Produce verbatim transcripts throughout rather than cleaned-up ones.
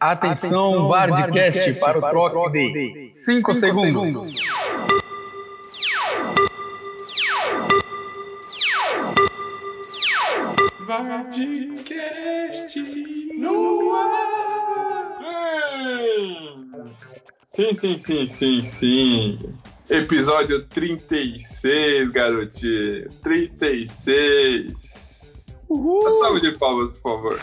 Atenção, Vardcast para o troque de cinco segundos. Vardcast no ar! Sim, sim, sim, sim, sim. Episódio trinta e seis, garotinho. trinta e seis. Uhul. Uma salva de palmas, por favor.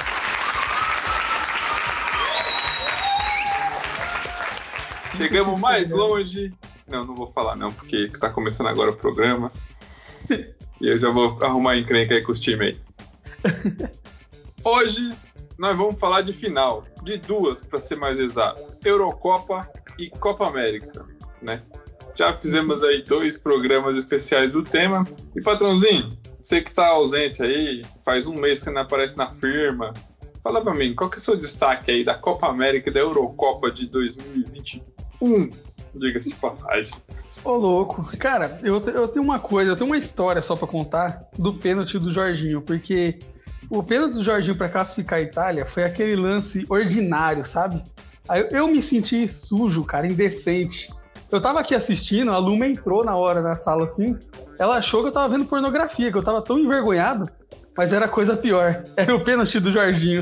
Chegamos mais longe. Não, não vou falar não, porque tá começando agora o programa. E eu já vou arrumar encrenca aí com os times aí. Hoje nós vamos falar de final. De duas, para ser mais exato. Eurocopa e Copa América, né? Já fizemos aí dois programas especiais do tema. E patrãozinho, você que tá ausente aí, faz um mês que você não aparece na firma. Fala pra mim, qual que é o seu destaque aí da Copa América e da Eurocopa de dois mil e vinte e um? Diga-se de passagem. Ô, louco. Cara, eu, eu tenho uma coisa, eu tenho uma história só pra contar do pênalti do Jorginho, porque o pênalti do Jorginho pra classificar a Itália foi aquele lance ordinário, sabe? Aí eu, eu me senti sujo, cara, indecente. Eu tava aqui assistindo, a Luma entrou na hora na sala assim, ela achou que eu tava vendo pornografia, que eu tava tão envergonhado, mas era coisa pior. Era o pênalti do Jorginho.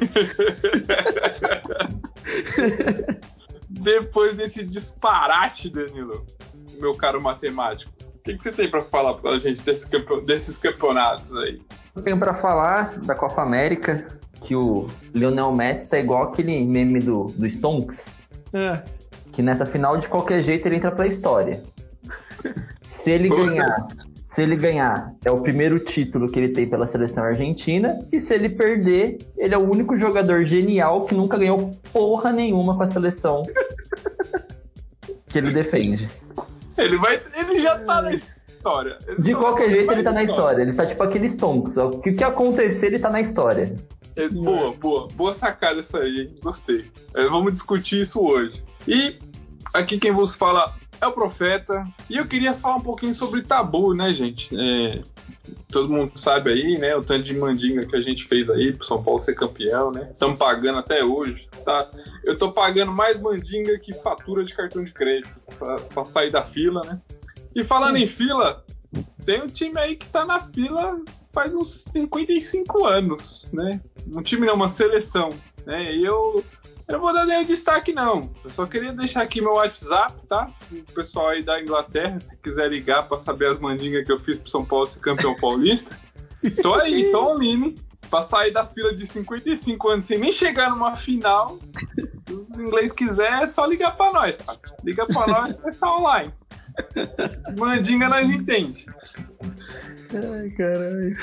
Depois desse disparate, Danilo, meu caro matemático, o que, que você tem pra falar pra gente desse campe... desses campeonatos aí? Eu tenho pra falar da Copa América, que o Lionel Messi tá igual aquele meme do, do Stonks, é. Que nessa final, de qualquer jeito, ele entra pra história. Se ele ganhar... Se ele ganhar, é o primeiro título que ele tem pela seleção argentina. E se ele perder, ele é o único jogador genial que nunca ganhou porra nenhuma com a seleção que ele defende. Ele vai, ele já tá na história. Ele De qualquer jeito, ele tá na história. Ele tá tipo aquele Stonks. O que, que acontecer, ele tá na história. É, boa, boa. Boa sacada essa aí, hein? Gostei. É, vamos discutir isso hoje. E aqui quem vos fala é o Profeta, e eu queria falar um pouquinho sobre tabu, né, gente? É, todo mundo sabe aí, né, o tanto de mandinga que a gente fez aí pro São Paulo ser campeão, né? Estamos pagando até hoje, tá? Eu tô pagando mais mandinga que fatura de cartão de crédito pra, pra sair da fila, né? E falando em fila, tem um time aí que tá na fila faz uns cinquenta e cinco anos, né? Um time não, uma seleção, né? E eu... Eu não vou dar nenhum destaque, não. Eu só queria deixar aqui meu WhatsApp, tá? O pessoal aí da Inglaterra, se quiser ligar pra saber as mandingas que eu fiz pro São Paulo ser campeão paulista. Tô aí, tô online. Pra sair da fila de cinquenta e cinco anos sem nem chegar numa final. Se os ingleses quiserem, é só ligar pra nós, pá. Liga pra nós, nós tá online. Mandinga nós entende. Ai, caralho.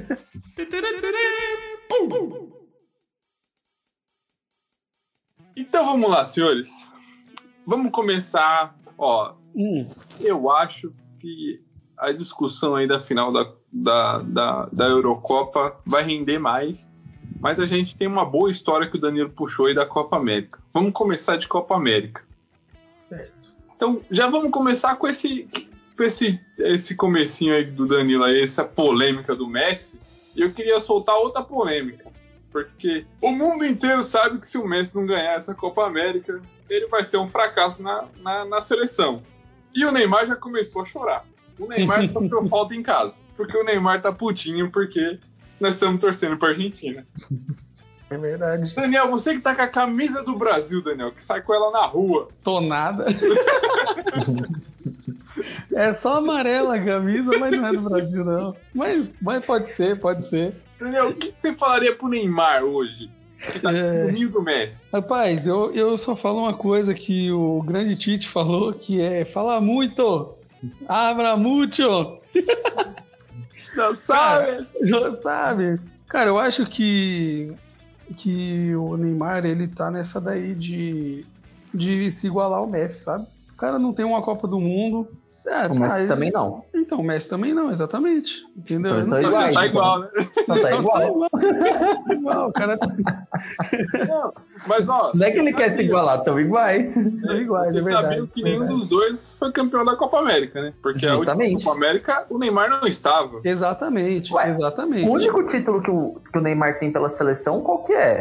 Pum, pum. Então vamos lá, senhores. Vamos começar. Ó, hum. Eu acho que a discussão aí da final da, da, da, da Eurocopa vai render mais. Mas a gente tem uma boa história que o Danilo puxou aí da Copa América. Vamos começar de Copa América. Certo. Então já vamos começar com esse, com esse, esse comecinho aí do Danilo, aí, essa polêmica do Messi. E eu queria soltar outra polêmica. Porque o mundo inteiro sabe que se o Messi não ganhar essa Copa América, ele vai ser um fracasso na, na, na seleção. E o Neymar já começou a chorar. O Neymar sofreu falta em casa. Porque o Neymar tá putinho, porque nós estamos torcendo pra Argentina. É verdade. Daniel, você que tá com a camisa do Brasil, Daniel, que sai com ela na rua. Tô nada. É só amarela a camisa, mas não é do Brasil, não. Mas, mas pode ser, pode ser. Daniel, o que você falaria pro Neymar hoje? Que tá ciúminho é... do Messi. Rapaz, eu, eu só falo uma coisa que o grande Tite falou, que é fala muito, abra muito. Já sabe. Já sabe. Cara, eu acho que, que o Neymar, ele tá nessa daí de, de se igualar ao Messi, sabe? O cara não tem uma Copa do Mundo. É, o Messi tá, também ele... não. Então, o Messi também não, exatamente. Entendeu? Então, não tá, tá igual, né? Não tá igual. Tá igual. Tá igual, o cara... Não, mas, ó... Não é que ele quer se igualar, estão iguais. Estão é, iguais, Vocês é verdade, sabiam que nenhum dos dois foi campeão da Copa América, né? Porque Justamente. a última Copa América, o Neymar não estava. Exatamente, Ué, exatamente. O único título que o, que o Neymar tem pela seleção, qual que é?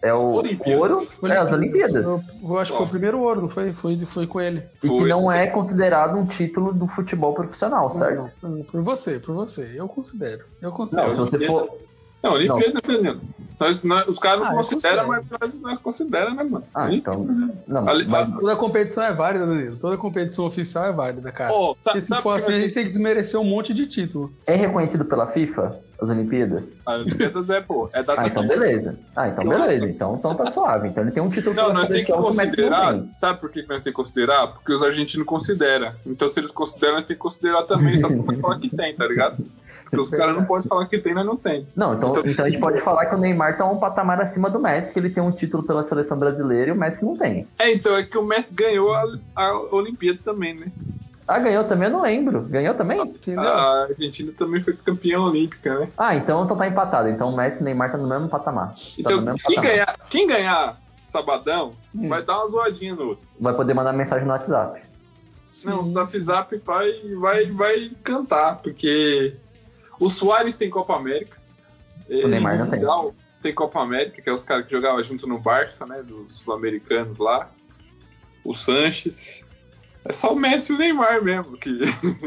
É o ouro, é as Olimpíadas. Eu, eu acho que foi o primeiro ouro, não foi? Foi, foi com ele. E Foi. que não é considerado um título do futebol profissional, certo? Não, não, por você, por você. Eu considero. Eu considero. Não, se você for... Não, Olimpíada, Danilo. Nós, nós, os caras não Ah, eu consideram, mas considero. nós, nós consideramos, né, mano? Ah, então... Não, Ali- mas- Toda competição é válida, Danilo. Toda competição oficial é válida, cara. Ô, sa- Porque se sabe for que assim, a nós- gente tem que desmerecer um monte de título. é reconhecido pela FIFA, as Olimpíadas? A Olimpíadas é, pô, é da Ah, então beleza. Ah, então beleza. Então, então tá suave. Então ele tem um título Não, pela nós temos que seleção que o Messi não considerar. tem. Sabe por que que nós temos que considerar? Porque os argentinos consideram. Então, se eles consideram, nós temos que considerar também. Só que não pode falar que tem, tá ligado? Porque os caras não podem falar que tem, nós não tem. Não, então, Então- então a gente pode falar que o Neymar tá um patamar acima do Messi, que ele tem um título pela seleção brasileira e o Messi não tem. É, então, é que o Messi ganhou a, a Olimpíada também, né? Ah, ganhou também? Eu não lembro. Ganhou também? Entendeu? A Argentina também foi campeã olímpica, né? Ah, então, então tá empatado. Então o Messi e o Neymar tá no mesmo patamar. Tá no Então, mesmo quem patamar. ganhar, quem ganhar sabadão Hum. vai dar uma zoadinha no outro. Vai poder mandar mensagem no WhatsApp. Não, Sim. o WhatsApp vai, vai, vai cantar, porque o Suárez tem Copa América. O Neymar não tem. Vidal tem Copa América, que é os caras que jogavam junto no Barça, né? Dos sul-americanos lá. O Sanches. É só o Messi e o Neymar mesmo, que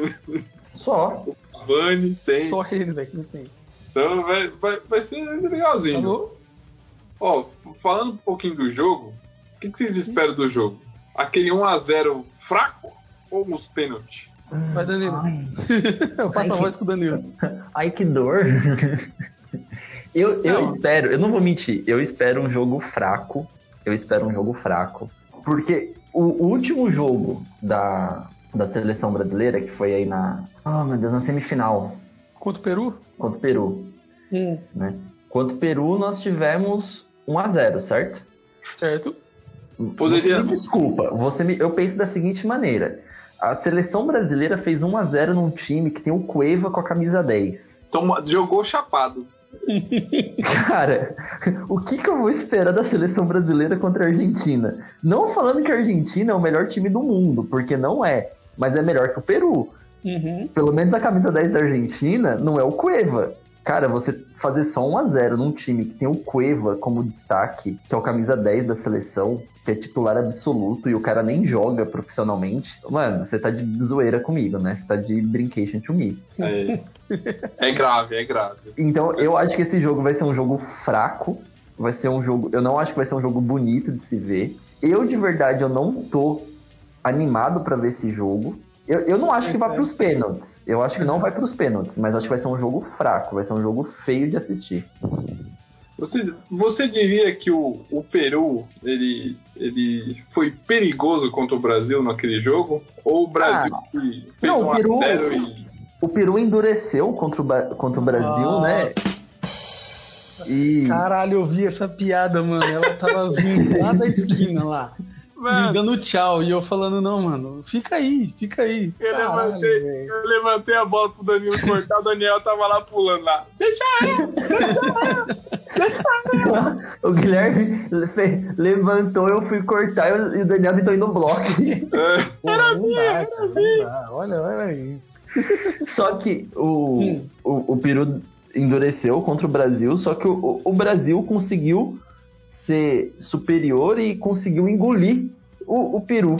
Só. o Cavani tem. Só eles aqui não tem. Então vai, vai, vai, ser, vai ser legalzinho. Falou? Ó, f- falando um pouquinho do jogo, o que, que vocês esperam do jogo? Aquele um a zero fraco ou nos pênaltis? Vai, Danilo. Ai, Eu passo a Ai, voz com o Danilo. ai, que dor. Eu, eu Não. espero, eu não vou mentir, eu espero um jogo fraco. Eu espero um jogo fraco. Porque o, o último jogo da, da seleção brasileira, que foi aí na. Oh, meu Deus, na semifinal, Contra o Peru? contra o Peru. Hum. Né? Contra o Peru, nós tivemos um a zero, certo? Certo. Poderia- Você me desculpa, você me, eu penso da seguinte maneira. A seleção brasileira fez um a zero num time que tem o Cueva com a camisa dez. Toma, jogou chapado. Cara, o que, que eu vou esperar da seleção brasileira contra a Argentina? Não falando que a Argentina é o melhor time do mundo, porque não é, mas é melhor que o Peru. Uhum. Pelo menos a camisa dez da Argentina não é o Cueva. Cara, você fazer só um a zero num time que tem o Cueva como destaque, que é o camisa dez da seleção, que é titular absoluto e o cara nem joga profissionalmente. Mano, você tá de zoeira comigo, né? Você tá de brincation comigo. É, é grave, é grave. Então, eu acho que esse jogo vai ser um jogo fraco. Vai ser um jogo... Eu não acho que vai ser um jogo bonito de se ver. Eu, de verdade, eu não tô animado pra ver esse jogo. Eu, eu não acho que vai pros pênaltis. Eu acho que não vai pros pênaltis, mas acho que vai ser um jogo fraco. Vai ser um jogo feio de assistir. Você, você diria que o, o Peru ele, ele foi perigoso contra o Brasil naquele jogo? Ou o Brasil que fez não, o um Peru- a zero e... O Peru endureceu contra o, Ba- contra o Brasil, né? E... Caralho, eu vi essa piada, mano. Ela tava vindo lá da esquina lá. Me Mano, dando tchau. E eu falando, não, mano, fica aí, fica aí. eu Caralho, levantei, velho. eu levantei a bola pro Danilo cortar, o Daniel tava lá pulando lá. Deixa o Guilherme fe- levantou, eu fui cortar e o Daniel tentou ir no bloco. É, Pô, não dá, cara, não dá. Olha, olha isso. Só que o, Hum. o, o Peru endureceu contra o Brasil, só que o, o Brasil conseguiu ser superior e conseguiu engolir o, o Peru.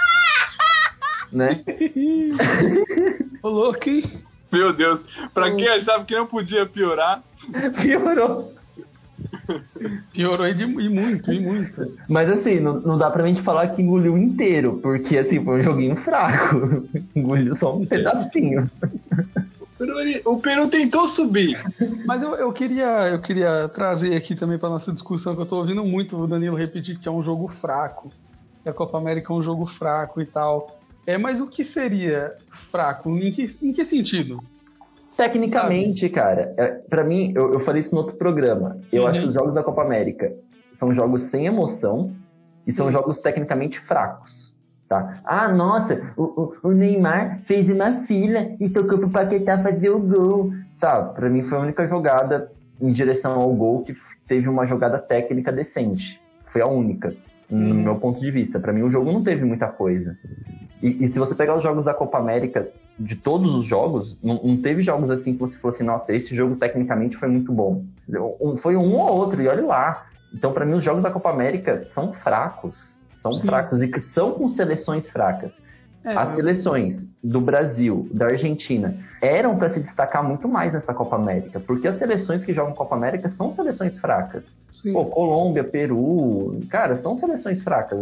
Né? Ô, louco, hein? meu Deus, pra quem achava que não podia piorar, Piorou. Piorou e, de, e muito, e muito. Mas assim, não, não dá pra gente falar que engoliu inteiro, porque assim, foi um joguinho fraco. Engoliu só um pedacinho. o Peru, ele- o Peru tentou subir. Mas eu, eu, queria, eu queria trazer aqui também pra nossa discussão, que eu tô ouvindo muito o Danilo repetir que é um jogo fraco. Que a Copa América é um jogo fraco e tal. É, mas o que seria fraco? Em que, em que sentido? Tecnicamente, cara, é, pra mim, eu, eu falei isso no outro programa. Eu Uhum. acho que os jogos da Copa América são jogos sem emoção e são jogos tecnicamente fracos, tá? Ah, nossa, o, o, o Neymar fez uma fila e tocou pro Paquetá fazer o gol. Tá, pra mim foi a única jogada em direção ao gol que teve uma jogada técnica decente. Foi a única, no Uhum. meu ponto de vista. Pra mim, o jogo não teve muita coisa. E, e se você pegar os jogos da Copa América, de todos os jogos, não, não teve jogos assim que você falou assim, nossa, esse jogo tecnicamente foi muito bom. Um- Foi um ou outro, e olha lá. Então, para mim, os jogos da Copa América são fracos. São Sim. fracos e que são com seleções fracas. É, As seleções do Brasil, da Argentina, eram para se destacar muito mais nessa Copa América, porque as seleções que jogam Copa América são seleções fracas. Sim. Pô, Colômbia, Peru, cara, são seleções fracas.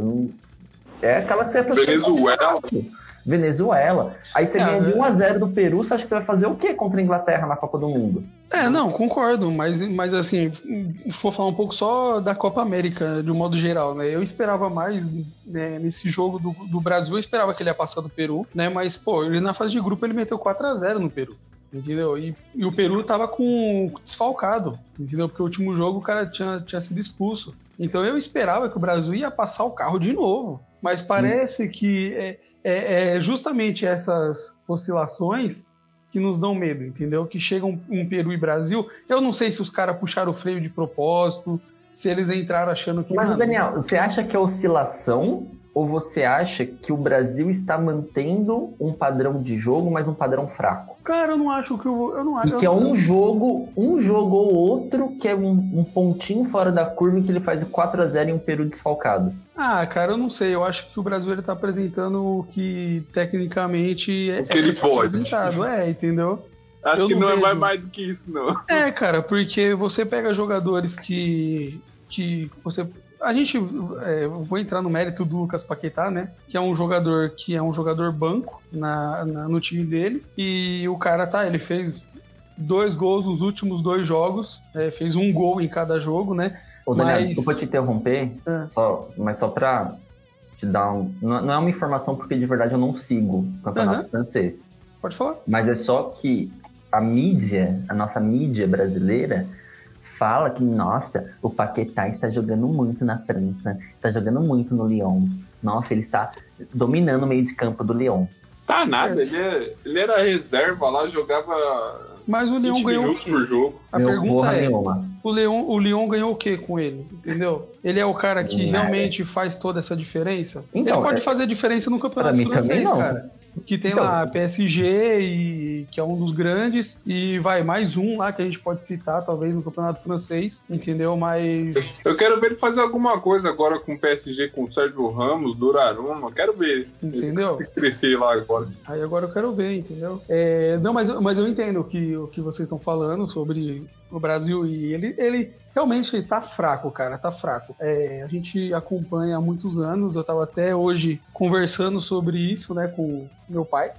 É aquela que você é pra Venezuela. Venezuela. Aí você é, ganha de um a zero do Peru, você acha que você vai fazer o quê contra a Inglaterra na Copa do Mundo? É, não, concordo, mas, mas assim, se for falar um pouco só da Copa América, de um modo geral, né, eu esperava mais, né, nesse jogo do, do Brasil, eu esperava que ele ia passar do Peru, né, mas, pô, ele na fase de grupo ele meteu quatro a zero no Peru, entendeu? E, e o Peru tava com desfalcado, entendeu? Porque o último jogo o cara tinha, tinha sido expulso. Então eu esperava que o Brasil ia passar o carro de novo, mas parece hum. que... É, É, é justamente essas oscilações que nos dão medo, entendeu? Que chegam um Peru e Brasil. Eu não sei se os caras puxaram o freio de propósito, se eles entraram achando que... Mas, Daniel, você acha que é oscilação ou você acha que o Brasil está mantendo um padrão de jogo, mas um padrão fraco? Cara, eu não acho que... Eu, eu não acho... E que é um jogo, um jogo ou outro que é um, um pontinho fora da curva que ele faz quatro a zero em um Peru desfalcado. Ah, cara, eu não sei. Eu acho que o Brasil ele tá apresentando o que tecnicamente é, o que ele é pode. apresentado. É, entendeu? Acho eu que não, não vejo... é mais, mais do que isso, não. É, cara, porque você pega jogadores que... que você... A gente... É, vou entrar no mérito do Lucas Paquetá, né? Que é um jogador que é um jogador banco na, na, no time dele. E o cara, tá, ele fez dois gols nos últimos dois jogos. É, fez um gol em cada jogo, né? Ô, Daniel, mas... desculpa te interromper, é. só, mas só pra te dar um... Não, não é uma informação porque de verdade eu não sigo o campeonato uhum. francês. Pode falar. Mas é só que a mídia, a nossa mídia brasileira, fala que, nossa, o Paquetá está jogando muito na França, está jogando muito no Lyon. Nossa, ele está dominando o meio de campo do Lyon. Tá nada, ele, é, ele era reserva lá, jogava... Mas o Lyon ganhou o quê? Por jogo. A Meu pergunta é, nenhuma. o Lyon, o Lyon ganhou o quê com ele? Entendeu? Ele é o cara que não realmente é. faz toda essa diferença? Então, ele pode é... fazer diferença no campeonato mim francês, também não. cara. Que tem então, lá a P S G, e, que é um dos grandes, e vai mais um lá que a gente pode citar, talvez, no campeonato francês, entendeu? Mas... Eu quero ver ele fazer alguma coisa agora com o P S G, com o Sérgio Ramos, Donnarumma, quero ver. Entendeu? Ele crescer lá agora. Aí agora eu quero ver, entendeu? É, não, mas, mas eu entendo o que, o que vocês estão falando sobre o Brasil, e ele, ele realmente tá fraco, cara, tá fraco. É, a gente acompanha há muitos anos, eu tava até hoje conversando sobre isso, né, com meu pai,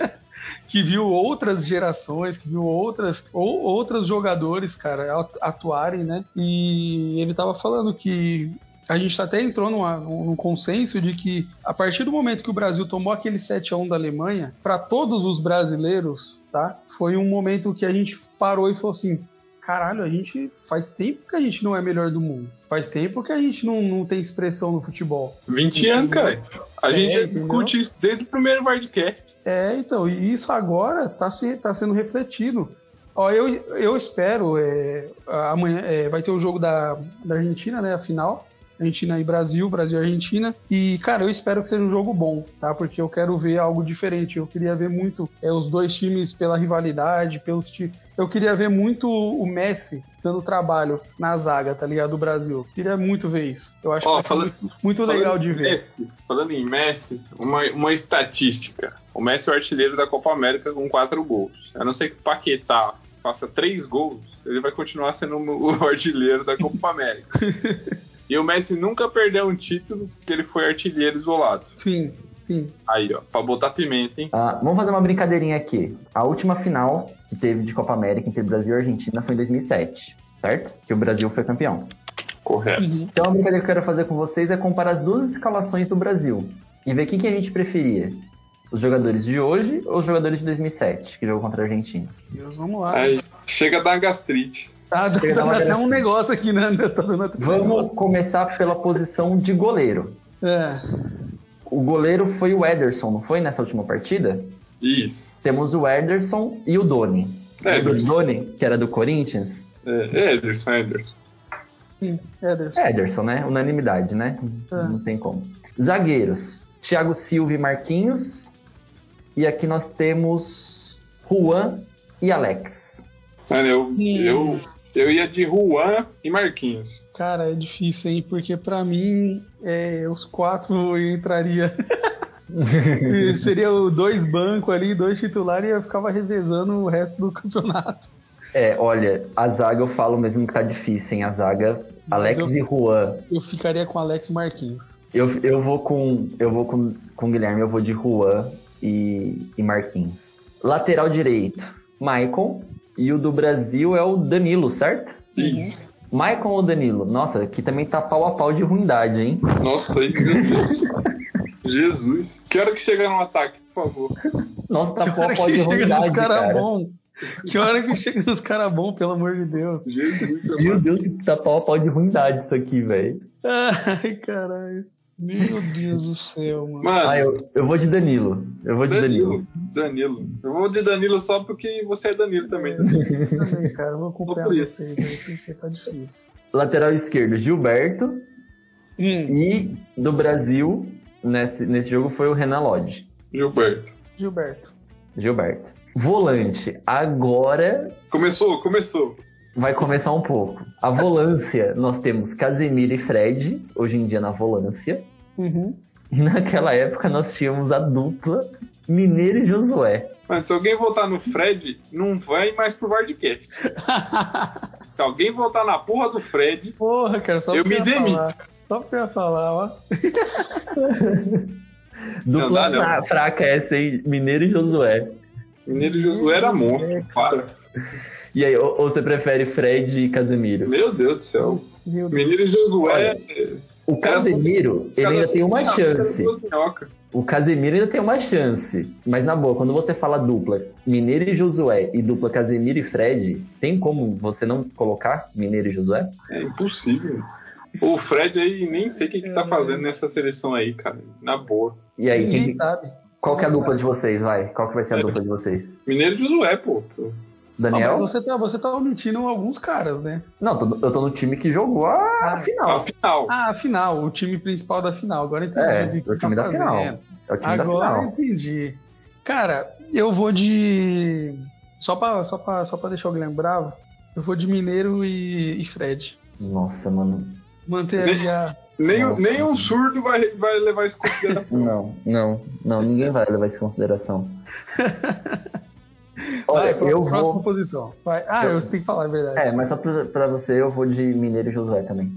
que viu outras gerações, que viu outras, ou, outros jogadores, cara, atuarem, né, e ele tava falando que a gente até entrou numa, num consenso de que a partir do momento que o Brasil tomou aquele sete a um da Alemanha, para todos os brasileiros, tá, foi um momento que a gente parou e falou assim, caralho, a gente faz tempo que a gente não é melhor do mundo. Faz tempo que a gente não, não tem expressão no futebol. vinte anos, cara. A é, gente já discute isso desde o primeiro Vardcast. É, então, e isso agora tá, se, tá sendo refletido. Ó, eu, eu espero, é, amanhã é, vai ter o jogo da, da Argentina, né, a final. Argentina e Brasil, Brasil e Argentina. E, cara, eu espero que seja um jogo bom, tá? Porque eu quero ver algo diferente. Eu queria ver muito é, os dois times pela rivalidade, pelos times. Eu queria ver muito o Messi dando trabalho na zaga, tá ligado? Do Brasil. Queria muito ver isso. Eu acho oh, que é muito, muito legal de ver. Messi, falando em Messi, uma, uma estatística. O Messi é o artilheiro da Copa América com quatro gols. A não ser que o Paquetá faça três gols, ele vai continuar sendo o artilheiro da Copa América. E o Messi nunca perdeu um título porque ele foi artilheiro isolado. Sim, sim. Aí, ó, pra botar pimenta, hein? Ah, vamos fazer uma brincadeirinha aqui. A última final que teve de Copa América entre Brasil e Argentina foi em dois mil e sete, certo? Que o Brasil foi campeão. Correto. Uhum. Então a brincadeira que eu quero fazer com vocês é comparar as duas escalações do Brasil e ver quem que a gente preferia. Os jogadores de hoje ou os jogadores de dois mil e sete, que jogou contra a Argentina? Deus, vamos lá. Aí, chega a dar gastrite. Ah, dá um negócio aqui, né? Vamos começar pela posição de goleiro. É. O goleiro foi o Ederson, não foi, nessa última partida? Isso. Temos o Ederson e o Doni. Ederson. O Doni, que era do Corinthians. É, Ederson, Ederson. Sim, Ederson. Ederson, né? Unanimidade, né? É. Não tem como. Zagueiros. Thiago Silva e Marquinhos. E aqui nós temos Juan e Alex. Mano, eu... eu... Eu ia de Juan e Marquinhos. Cara, é difícil, hein? Porque pra mim, é, os quatro entraria. Seria dois bancos ali, dois titulares e eu ficava revezando o resto do campeonato. É, olha, a zaga eu falo mesmo que tá difícil, hein? A zaga, Alex eu, e Juan. Eu ficaria com Alex Marquinhos. Eu, eu vou com eu vou com, com o Guilherme, eu vou de Juan e, e Marquinhos. Lateral direito, Maicon. E o do Brasil é o Danilo, certo? Isso. Maicon ou Danilo? Nossa, aqui também tá pau a pau de ruindade, hein? Nossa, aí, Jesus. Que hora que chega no ataque, por favor? Nossa, tá pau a pau de ruindade, cara. cara. Bom. Que hora que chega nos caras bons, pelo amor de Deus. Jesus, Meu Deus, tá pau a pau de ruindade isso aqui, velho. Ai, caralho. Meu Deus do céu, mano. Mano, ah, eu, eu vou de Danilo. Eu vou de Danilo. Danilo. Danilo. Eu vou de Danilo só porque você é Danilo também. Também, cara. Eu vou acompanhar vocês aí, porque tá difícil. Lateral esquerdo, Gilberto. Hum. E do Brasil, nesse, nesse jogo, foi o Renan Lodge. Gilberto. Gilberto. Gilberto. Volante, agora... Começou, começou. Vai começar um pouco. A volância, nós temos Casemiro e Fred, hoje em dia na volância. Uhum. E naquela época nós tínhamos a dupla Mineiro e Josué. Mano, se alguém votar no Fred, não vai mais pro Vardcast. Se alguém votar na porra do Fred... Porra, cara, só eu pra me demito. Falar. Só pra eu falar, ó. Dupla não dá, não. Fraca essa, hein? Mineiro e Josué. Mineiro e Josué era monstro, para. E aí, ou, ou você prefere Fred e Casemiro? Meu Deus do céu. Meu Deus. Mineiro e Josué... Olha, o Casemiro, ele ainda tem uma chance. O Casemiro ainda tem uma chance. Mas na boa, quando você fala dupla Mineiro e Josué e dupla Casemiro e Fred, tem como você não colocar Mineiro e Josué? É impossível. O Fred aí, nem sei o que, que tá fazendo nessa seleção aí, cara. Na boa. E aí, quem quem... sabe? Qual que é a dupla de vocês, vai? Qual que vai ser a é. dupla de vocês? Mineiro e Josué, pô. Daniel? Ah, mas você tá, você tá omitindo alguns caras, né? Não, tô, eu tô no time que jogou a, a final. A final. Ah, a final. O time principal da final. Agora entendi. É, o que o você time tá da fazendo. final. É o time Agora da final. eu entendi. Cara, eu vou de... Só pra, só pra, só pra deixar o Guilherme bravo, eu vou de Mineiro e, e Fred. Nossa, mano. Manter ali a... Nem, nem um surdo vai, vai levar isso em consideração. Não, não, não, ninguém vai levar isso em consideração. Olha, vai, eu próxima vou... posição. Vai. Ah, eu... você tem que falar, é verdade. É, mas só pra, pra você eu vou de Mineiro e Josué também.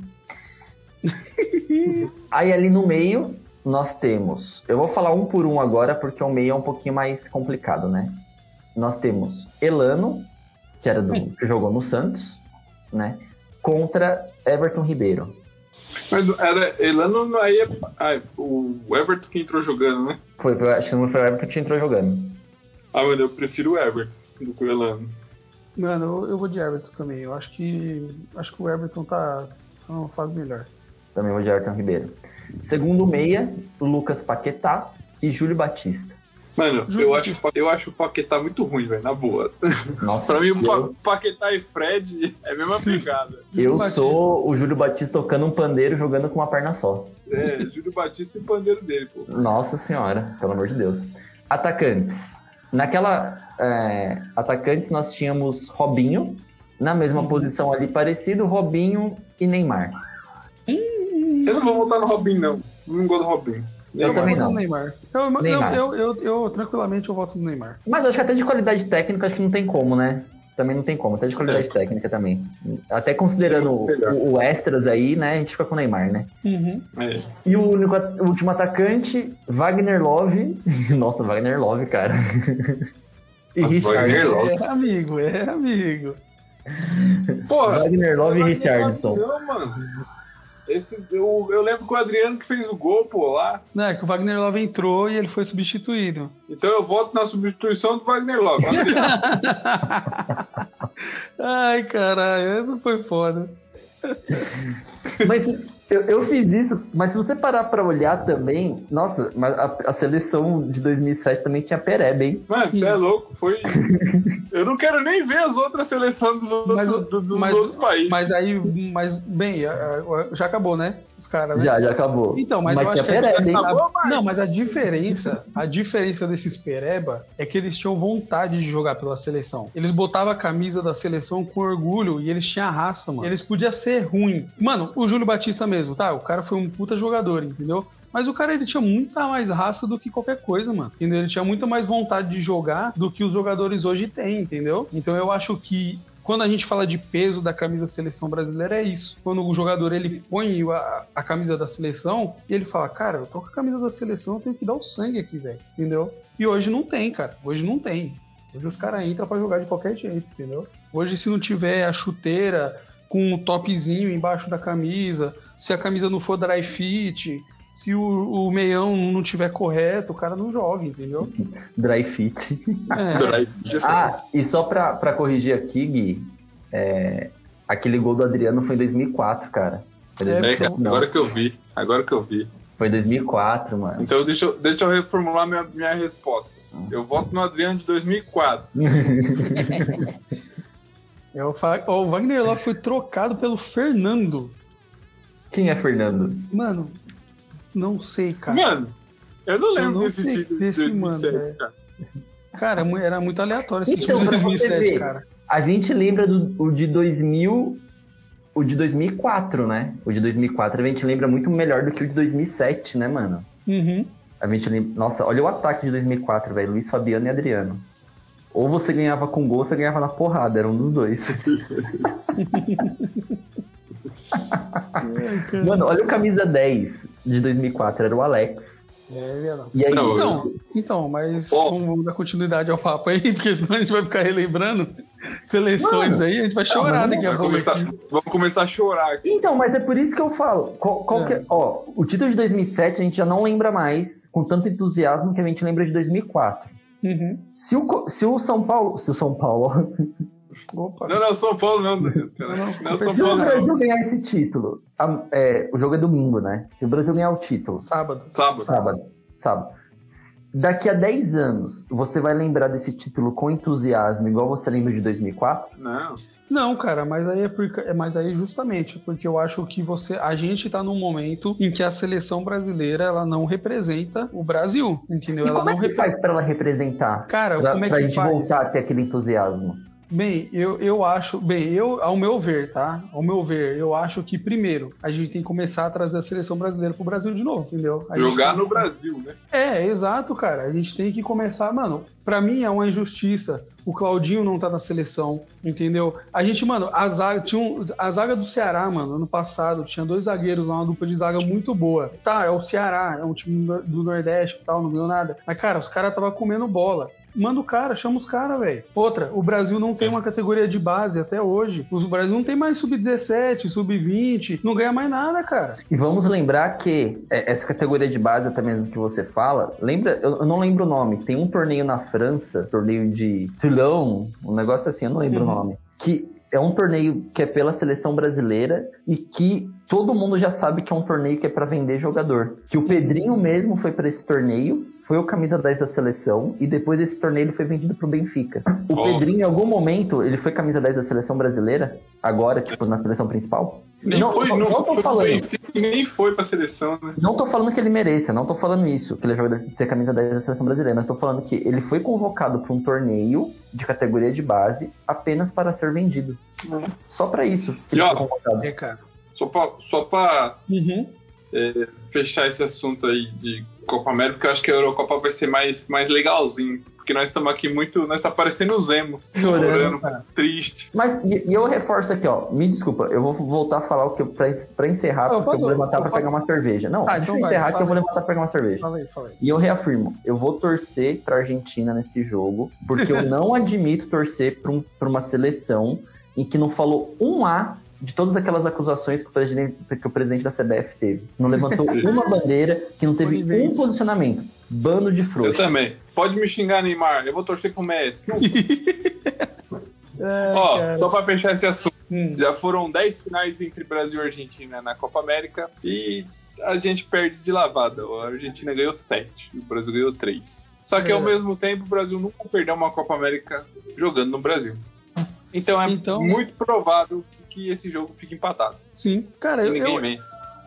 Aí ali no meio nós temos... Eu vou falar um por um agora porque o meio é um pouquinho mais complicado, né? Nós temos Elano, que era do hum. que jogou no Santos, né? Contra Everton Ribeiro. Mas era Elano, aí ah, o Everton que entrou jogando, né? Foi, foi, acho que não foi o Everton que entrou jogando. Ah, mano, eu prefiro o Everton do que o Elano. Mano, eu, eu vou de Everton também. Eu acho que acho que o Everton tá numa fase melhor. Também vou de Everton Ribeiro. Segundo meia, Lucas Paquetá e Júlio Batista. Mano, eu acho, eu acho o Paquetá muito ruim, velho, na boa. Nossa, pra mim, eu... o Paquetá e Fred é a mesma pegada. Eu sou o Júlio Batista tocando um pandeiro jogando com uma perna só. É, Júlio Batista e o pandeiro dele, pô. Nossa senhora, pelo amor de Deus. Atacantes. Naquela... É, atacantes nós tínhamos Robinho, na mesma uhum. posição ali, parecido, Robinho e Neymar. Eu não vou votar no Robinho, não. Não gosto do Robinho. Eu, eu também não. Neymar. Eu, Neymar. Eu, eu, eu, eu, tranquilamente, eu voto no Neymar. Mas acho que até de qualidade técnica, acho que não tem como, né? Também não tem como, até de qualidade é. técnica também. Até considerando o, o extras aí, né? A gente fica com o Neymar, né? Uhum. É. E o, único, o último atacante, Wagner Love. Nossa, Wagner Love, cara. E Nossa, Richardson. É amigo, é amigo. Porra, Wagner Love e Richardson. Não, mano. Esse, eu, eu lembro que o Adriano que fez o gol, pô, lá. Não, é que o Wagner Love entrou e ele foi substituído. Então eu voto na substituição do Wagner Love. Ai, caralho, essa foi foda. Mas Eu, eu fiz isso, mas se você parar pra olhar também, nossa, mas a, a seleção de dois mil e sete também tinha Pereba, hein? Mano, você é louco, foi... Eu não quero nem ver as outras seleções dos outros, mas, dos, dos mas, outros países. Mas aí, mas, bem, já acabou, né? Os caras, né? Já, já acabou. Então, mas, mas eu acho que Pereba, a, hein? a, mas... Não, mas a diferença, a diferença desses Pereba é que eles tinham vontade de jogar pela seleção. Eles botavam a camisa da seleção com orgulho e eles tinham a raça, mano. Eles podiam ser ruim. Mano, o Júlio Batista mesmo, tá? O cara foi um puta jogador, entendeu? Mas o cara, ele tinha muita mais raça do que qualquer coisa, mano. Entendeu? Ele tinha muita mais vontade de jogar do que os jogadores hoje têm, entendeu? Então eu acho que quando a gente fala de peso da camisa da seleção brasileira, é isso. Quando o jogador, ele põe a, a camisa da seleção e ele fala, cara, eu tô com a camisa da seleção, eu tenho que dar o sangue aqui, velho. Entendeu? E hoje não tem, cara. Hoje não tem. Hoje os caras entram pra jogar de qualquer jeito, entendeu? Hoje, se não tiver a chuteira com um topzinho embaixo da camisa, se a camisa não for dry fit, se o, o meião não tiver correto, o cara não joga, entendeu? Dry fit. É. Ah, e só pra, pra corrigir aqui, Gui, é, aquele gol do Adriano foi em dois mil e quatro, cara. Foi dois mil e quatro, é, agora que eu vi, agora que eu vi. Foi dois mil e quatro, mano. Então deixa eu, deixa eu reformular minha, minha resposta. Eu voto no Adriano de dois mil e quatro. Eu falo, oh, o Wagner Love foi trocado pelo Fernando. Quem é Fernando? Mano, não sei, cara. Mano, eu não lembro eu não desse time de desse dois mil e sete, mano, cara. Cara, era muito aleatório esse então, time de dois mil e sete, ver, cara. A gente lembra do o de dois mil, o de dois mil e quatro, né? O de dois mil e quatro a gente lembra muito melhor do que o de dois mil e sete, né, mano? Uhum. A gente lembra... Nossa, olha o ataque de dois mil e quatro, velho. Luiz Fabiano e Adriano. Ou você ganhava com gol, ou você ganhava na porrada. Era um dos dois. Mano, olha o camisa dez de dois mil e quatro. Era o Alex. É verdade. E aí, não, então, então, mas oh. vamos dar continuidade ao papo aí, porque senão a gente vai ficar relembrando seleções. Mano, aí, a gente vai chorar daqui a pouco. Vamos começar a chorar aqui. Então, mas é por isso que eu falo. Qual, qual é. que, ó, o título de dois mil e sete a gente já não lembra mais com tanto entusiasmo que a gente lembra de dois mil e quatro. Uhum. Se, o, se o São Paulo... Se o São Paulo... Opa. Não, não, São Paulo não. não, não, não São se Paulo, o Brasil não. ganhar esse título, a, é, o jogo é domingo, né? Se o Brasil ganhar o título... Sábado. Sábado. Sábado. Sábado. Daqui a dez anos, você vai lembrar desse título com entusiasmo, igual você lembra de dois mil e quatro? Não. Não, cara, mas aí é porque, mas aí justamente porque eu acho que você, a gente tá num momento em que a seleção brasileira ela não representa o Brasil, entendeu? E ela como não é que repre... faz pra ela representar? Cara, pra, como é pra que gente faz? voltar a ter aquele entusiasmo? Bem, eu, eu acho, bem, eu, ao meu ver, tá? Ao meu ver, eu acho que primeiro a gente tem que começar a trazer a seleção brasileira pro Brasil de novo, entendeu? A Jogar tem... no Brasil, né? É, exato, cara. A gente tem que começar, mano, pra mim é uma injustiça o Claudinho não tá na seleção, entendeu? A gente, mano, a zaga, tinha um, a zaga do Ceará, mano, ano passado, tinha dois zagueiros lá, uma dupla de zaga muito boa. Tá, é o Ceará, é um time do Nordeste e tal, não ganhou nada. Mas, cara, os caras tava comendo bola. Manda o cara, chama os caras, velho. Outra, o Brasil não tem uma categoria de base até hoje. O Brasil não tem mais sub dezessete, sub vinte, não ganha mais nada, cara. E vamos lembrar que essa categoria de base, até mesmo que você fala, lembra, eu não lembro o nome, tem um torneio na França, torneio de Toulon, um negócio assim, eu não lembro uhum. o nome, que é um torneio que é pela seleção brasileira e que todo mundo já sabe que é um torneio que é pra vender jogador. Que o Pedrinho mesmo foi pra esse torneio, foi o camisa dez da seleção e depois esse torneio ele foi vendido pro Benfica. O oh. Pedrinho, em algum momento, ele foi camisa dez da seleção brasileira, agora, tipo, na seleção principal. Nem não, foi, não, não, não tô foi falando. Benfica, nem foi pra seleção, né? Não tô falando que ele mereça, não tô falando isso, que ele é jogador de ser camisa dez da seleção brasileira, mas tô falando que ele foi convocado pra um torneio de categoria de base apenas para ser vendido. Hum. Só pra isso que ele e, ó, foi convocado. É, cara. Só pra, só pra uhum. é, fechar esse assunto aí de Copa América, porque eu acho que a Eurocopa vai ser mais, mais legalzinho. Porque nós estamos aqui muito... Nós tá parecendo o Zemo. Chorando, triste. Mas, e, e eu reforço aqui, ó. Me desculpa, eu vou voltar a falar o que eu, pra, pra encerrar, ah, porque eu vou levantar eu pra posso... pegar uma cerveja. Não, ah, deixa então eu encerrar vai, que eu vou levantar pra pegar uma cerveja. Falei, falei. E eu reafirmo, eu vou torcer pra Argentina nesse jogo, porque eu não admito torcer pra, um, pra uma seleção em que não falou um A de todas aquelas acusações que o presidente, que o presidente da C B F teve. Não levantou uma bandeira, que não teve um posicionamento. Bando de frouxo. Eu também. Pode me xingar, Neymar. Eu vou torcer pro Messi. é, Ó, cara. só pra fechar esse assunto. Hum. Já foram dez finais entre Brasil e Argentina na Copa América e a gente perde de lavada. A Argentina ganhou sete, o Brasil ganhou três. Só que, é. ao mesmo tempo, o Brasil nunca perdeu uma Copa América jogando no Brasil. Então, é então... muito provável que esse jogo fique empatado. Sim. Cara, e eu... ninguém eu... vence.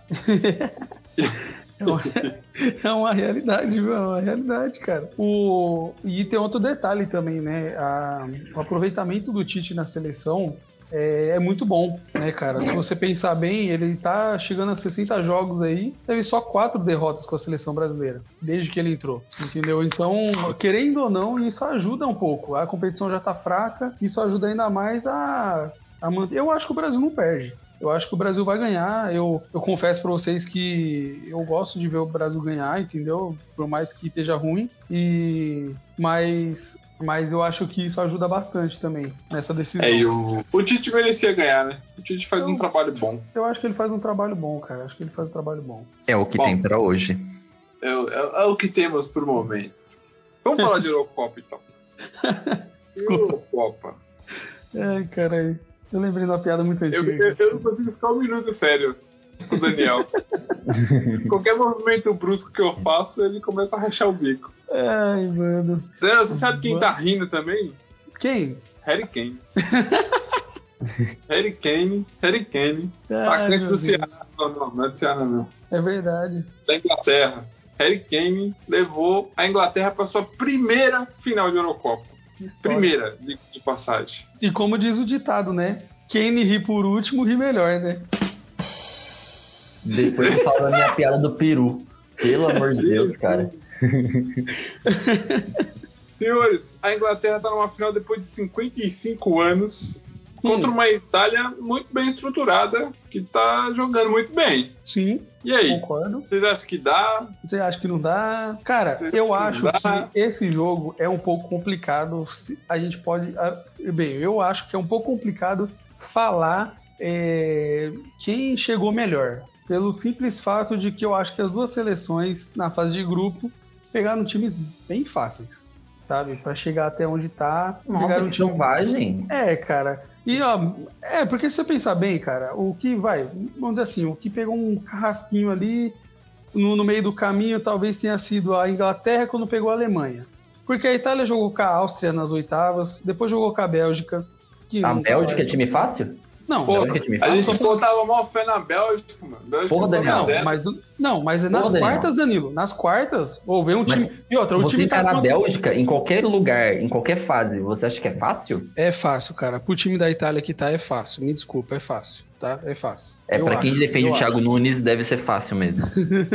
é, uma... é uma realidade, viu? É uma realidade, cara. O... E tem outro detalhe também, né? A... O aproveitamento do Tite na seleção é, é muito bom, né, cara? Se você pensar bem, ele tá chegando a sessenta jogos aí, teve só quatro derrotas com a seleção brasileira, desde que ele entrou, entendeu? Então, querendo ou não, isso ajuda um pouco. A competição já tá fraca, isso ajuda ainda mais a, a manter. Eu acho que o Brasil não perde. Eu acho que o Brasil vai ganhar. Eu, eu confesso pra vocês que eu gosto de ver o Brasil ganhar, entendeu? Por mais que esteja ruim. E... Mas... Mas eu acho que isso ajuda bastante também nessa decisão. É, e o, o Tite merecia ganhar, né? O Tite faz eu, um trabalho bom. Eu acho que ele faz um trabalho bom, cara. Acho que ele faz um trabalho bom. É o que bom, tem pra hoje. É, é, é o que temos por momento. Vamos falar de Eurocopa, então. Eurocopa. Ai, caralho. Eu lembrei de uma piada muito antiga. Eu, eu, eu não consigo ficar um minuto sério com o Daniel. Qualquer movimento brusco que eu faço, ele começa a rachar o bico. Ai, mano. Você sabe quem tá rindo também? Quem? Harry Kane. Harry Kane, Harry Kane. Ai, atacante do Ceará. Não, não, não é do Ceará, não. É verdade. Da Inglaterra. Harry Kane levou a Inglaterra para sua primeira final de Eurocopa. História. Primeira, de, de passagem. E como diz o ditado, né? Kane ri por último, ri melhor, né? Depois eu falo a minha piada do peru. Pelo amor de Deus, cara. Senhores, a Inglaterra tá numa final depois de cinquenta e cinco anos contra hum. uma Itália muito bem estruturada que tá jogando muito bem. Sim. E aí? Concordo. Vocês acham que dá? Você acha que não dá? Cara, Vocês eu acho que esse jogo é um pouco complicado. A gente pode... Bem, eu acho que é um pouco complicado falar é, quem chegou melhor. Pelo simples fato de que eu acho que as duas seleções, na fase de grupo, pegaram times bem fáceis, sabe? Pra chegar até onde tá. Nossa, pegaram um que time... selvagem. É, cara. E, ó, é, porque se você pensar bem, cara, o que vai, vamos dizer assim, o que pegou um carrasquinho ali no, no meio do caminho talvez tenha sido a Inglaterra quando pegou a Alemanha. Porque a Itália jogou com a Áustria nas oitavas, depois jogou com a Bélgica. Que a Bélgica é time fácil? Não, Pô, é time fácil. A gente botava mal fé na Bélgica, mano. Bélgica Porra, Daniel. Não, mas, não, mas é nas Porra, quartas, Danilo. Nas quartas, ou vem um time... Mas e outra, o você time tá tá na Bélgica, em qualquer lugar, em qualquer fase, você acha que é fácil? É fácil, cara. Pro time da Itália que tá, é fácil. Me desculpa, é fácil, tá? É fácil. É, eu pra acho, quem defende o Thiago acho. Nunes, deve ser fácil mesmo.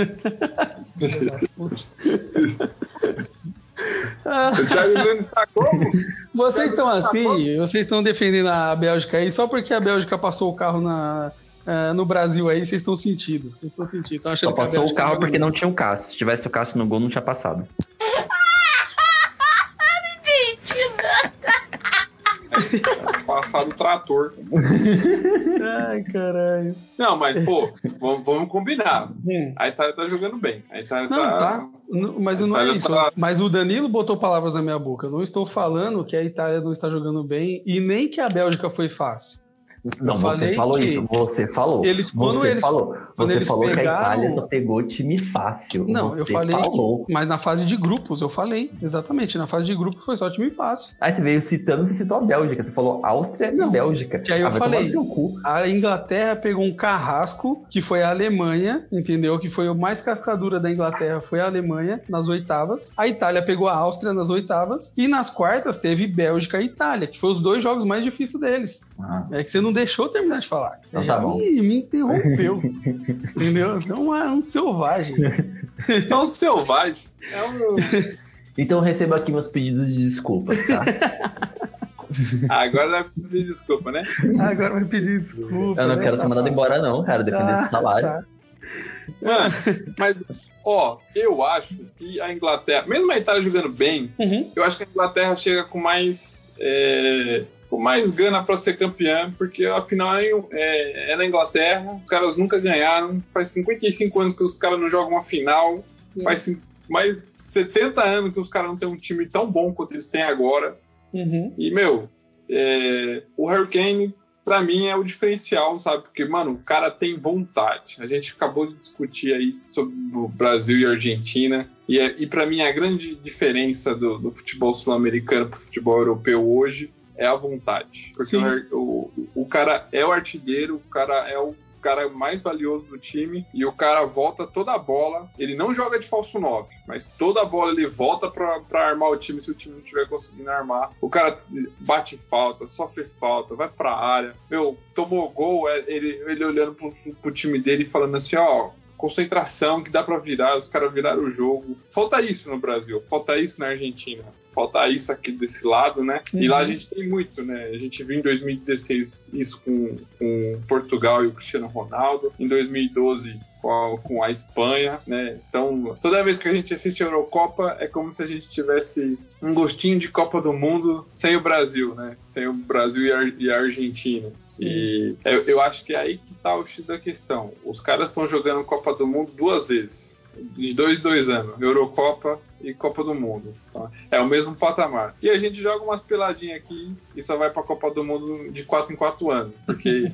O Thiago Nunes tá como? Vocês estão assim, vocês estão defendendo a Bélgica aí só porque a Bélgica passou o carro na, uh, no Brasil aí, vocês estão sentindo. Vocês estão sentindo. Só passou o carro porque não tinha o Cássio. Se tivesse o Cássio no gol, não tinha passado. Passado o trator. Ai, caralho. Não, mas, pô, vamos, vamos combinar. Hum. A Itália tá jogando bem. A Itália não, tá... tá. Mas não é isso. Tá... Mas o Danilo botou palavras na minha boca. Eu não estou falando que a Itália não está jogando bem e nem que a Bélgica foi fácil. Não, você falou isso, você falou. Eles, quando você eles, falou, quando você eles falou pegaram... que a Itália só pegou time fácil. Não, você eu falei, falou. Mas na fase de grupos eu falei, exatamente, na fase de grupos foi só time fácil. Aí você veio citando, você citou a Bélgica, você falou Áustria não, e Bélgica. Que aí eu ah, falei, a Inglaterra pegou um carrasco, que foi a Alemanha, entendeu? Que foi o mais cascadura da Inglaterra, foi a Alemanha, nas oitavas. A Itália pegou a Áustria nas oitavas. E nas quartas teve Bélgica e Itália, que foi os dois jogos mais difíceis deles. Ah. É que você não deixou eu terminar de falar. Então tá bom. Me, me interrompeu. Entendeu? Então é um selvagem. É um selvagem. É um... Então receba aqui meus pedidos de desculpas, tá? Agora vai pedir desculpa, né? Agora vai pedir desculpa. Eu não né, quero ser mandado embora, não, cara, dependendo ah, do salário. Tá. Mano, mas, ó, eu acho que a Inglaterra, mesmo a Itália jogando bem, uhum. eu acho que a Inglaterra chega com mais. É... com mais gana pra ser campeã, porque afinal é, é, é na Inglaterra, os caras nunca ganharam, faz cinquenta e cinco anos que os caras não jogam uma final, uhum. faz mais setenta anos que os caras não têm um time tão bom quanto eles têm agora, uhum. e, meu, é, o Harry Kane pra mim, é o diferencial, sabe? Porque, mano, o cara tem vontade. A gente acabou de discutir aí sobre o Brasil e a Argentina. E, é, e pra mim, a grande diferença do, do futebol sul-americano pro futebol europeu hoje é a vontade. Porque o, o, o cara é o artilheiro, o cara é o cara mais valioso do time e o cara volta toda a bola. Ele não joga de falso nove, mas toda a bola ele volta pra, pra armar o time se o time não estiver conseguindo armar. O cara bate falta, sofre falta, vai pra área. Meu, tomou gol, ele, ele olhando pro, pro time dele e falando assim, ó, concentração que dá pra virar, os caras viraram o jogo. Falta isso no Brasil, falta isso na Argentina. Falta isso aqui desse lado, né? Uhum. E lá a gente tem muito, né? A gente viu em dois mil e dezesseis isso com, com Portugal e o Cristiano Ronaldo. Em dois mil e doze com a, com a Espanha, né? Então, toda vez que a gente assiste a Eurocopa, é como se a gente tivesse um gostinho de Copa do Mundo sem o Brasil, né? Sem o Brasil e a, e a Argentina. Sim. E eu, eu acho que é aí que tá o X da questão. Os caras estão jogando Copa do Mundo duas vezes. De dois em dois anos, Eurocopa e Copa do Mundo. Tá? É o mesmo patamar. E a gente joga umas peladinhas aqui e só vai pra Copa do Mundo de quatro em quatro anos. Porque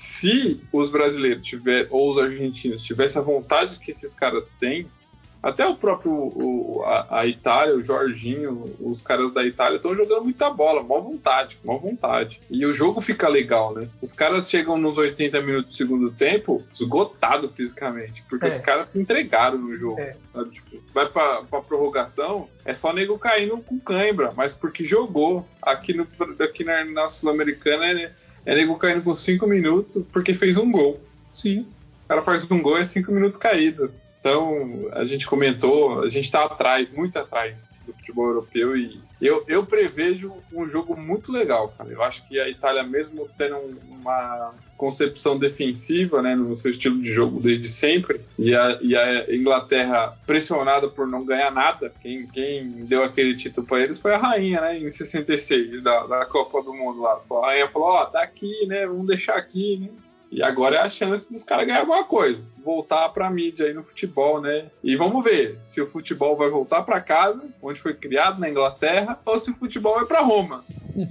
se os brasileiros tiver, ou os argentinos tivessem a vontade que esses caras têm, até o próprio o, a, a Itália, o Jorginho, os caras da Itália estão jogando muita bola, mó vontade, mó vontade. E o jogo fica legal, né? Os caras chegam nos oitenta minutos do segundo tempo esgotados fisicamente, porque é. os caras se entregaram no jogo. É. Sabe? Tipo, vai pra, pra prorrogação, é só nego caindo com cãibra, mas porque jogou. Aqui, no, aqui na, na Sul-Americana é, é nego caindo com cinco minutos porque fez um gol. Sim. O cara faz um gol e é cinco minutos caído. Então, a gente comentou, a gente está atrás, muito atrás do futebol europeu e eu, eu prevejo um jogo muito legal, cara. Eu acho que a Itália, mesmo tendo uma concepção defensiva, né, no seu estilo de jogo desde sempre, e a, e a Inglaterra pressionada por não ganhar nada, quem, quem deu aquele título para eles foi a rainha, né, em sessenta e seis, da, da Copa do Mundo lá. A rainha falou, ó, oh, tá aqui, né, vamos deixar aqui, né. E agora é a chance dos caras ganhar alguma coisa. Voltar pra mídia aí no futebol, né? E vamos ver se o futebol vai voltar pra casa, onde foi criado, na Inglaterra, ou se o futebol vai pra Roma.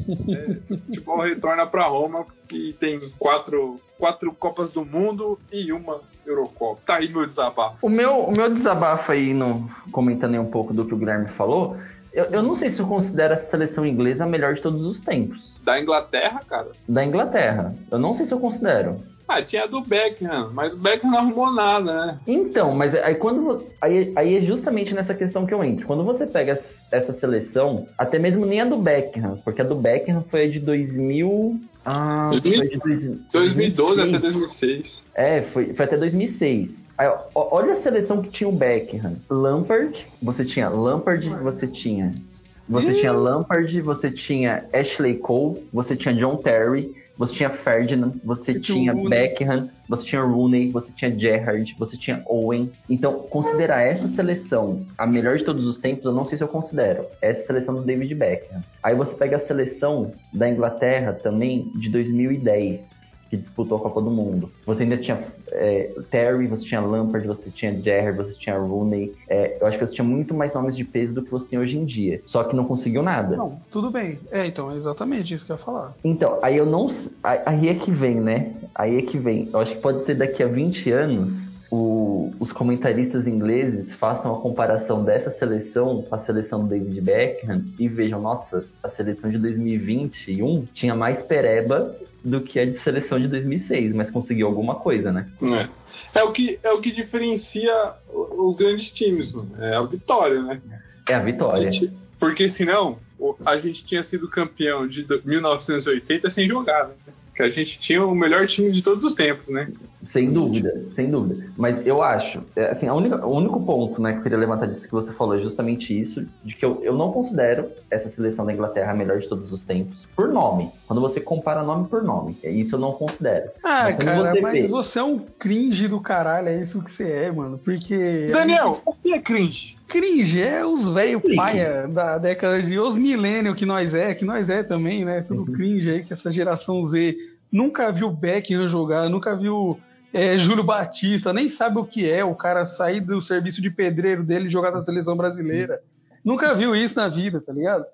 É, se o futebol retorna pra Roma, que tem quatro, quatro Copas do Mundo e uma Eurocopa. Tá aí meu desabafo. O meu, o meu desabafo aí, no, comentando aí um pouco do que o Guilherme falou, Eu, eu não sei se eu considero essa seleção inglesa a melhor de todos os tempos. Da Inglaterra, cara? Da Inglaterra. Eu não sei se eu considero. Ah, tinha a do Beckham, mas o Beckham não arrumou nada, né? Então, mas aí quando aí, aí é justamente nessa questão que eu entro. Quando você pega essa seleção, até mesmo nem a do Beckham, porque a do Beckham foi a de dois mil... Ah, foi de dois, dois mil e doze até dois mil e seis. É, foi, foi até dois mil e seis. Aí, ó, olha a seleção que tinha o Beckham. Lampard, você tinha Lampard, você tinha... Você tinha Lampard, você tinha Ashley Cole, você tinha John Terry, você tinha Ferdinand, você, você tinha Beckham, você tinha Rooney, você tinha Gerrard, você tinha Owen. Então, considerar essa seleção a melhor de todos os tempos, eu não sei se eu considero. Essa seleção do David Beckham. Aí você pega a seleção da Inglaterra também de dois mil e dez, que disputou a Copa do Mundo. Você ainda tinha é, Terry, você tinha Lampard, você tinha Gerrard, você tinha Rooney. É, eu acho que você tinha muito mais nomes de peso do que você tem hoje em dia. Só que não conseguiu nada. Não, tudo bem. É, então, é exatamente isso que eu ia falar. Então, aí eu não... Aí é que vem, né? Aí é que vem. Eu acho que pode ser daqui a vinte anos... O, os comentaristas ingleses façam a comparação dessa seleção com a seleção do David Beckham e vejam, nossa, a seleção de dois mil e vinte e um tinha mais pereba do que a de seleção de dois mil e seis, mas conseguiu alguma coisa, né? É, é, o, que, é o que diferencia os grandes times, é a vitória, né? É a vitória. A gente, porque senão, a gente tinha sido campeão de mil novecentos e oitenta sem jogar, né? Que a gente tinha o melhor time de todos os tempos, né? Sem dúvida, sem dúvida. Mas eu acho, assim, a única, o único ponto, né, que eu queria levantar disso que você falou é justamente isso, de que eu, eu não considero essa seleção da Inglaterra a melhor de todos os tempos, por nome. Quando você compara nome por nome, isso eu não considero. Ah, mas cara, você mas vê... você é um cringe do caralho, é isso que você é, mano, porque... Daniel, o que é cringe? Cringe é os velhos paia da década de... Os milênios que nós é, que nós é também, né? Tudo uhum. cringe aí, que essa geração Z nunca viu Beckham jogar, nunca viu é, Júlio Batista, nem sabe o que é o cara sair do serviço de pedreiro dele e jogar na seleção brasileira. Uhum. Nunca viu isso na vida, tá ligado?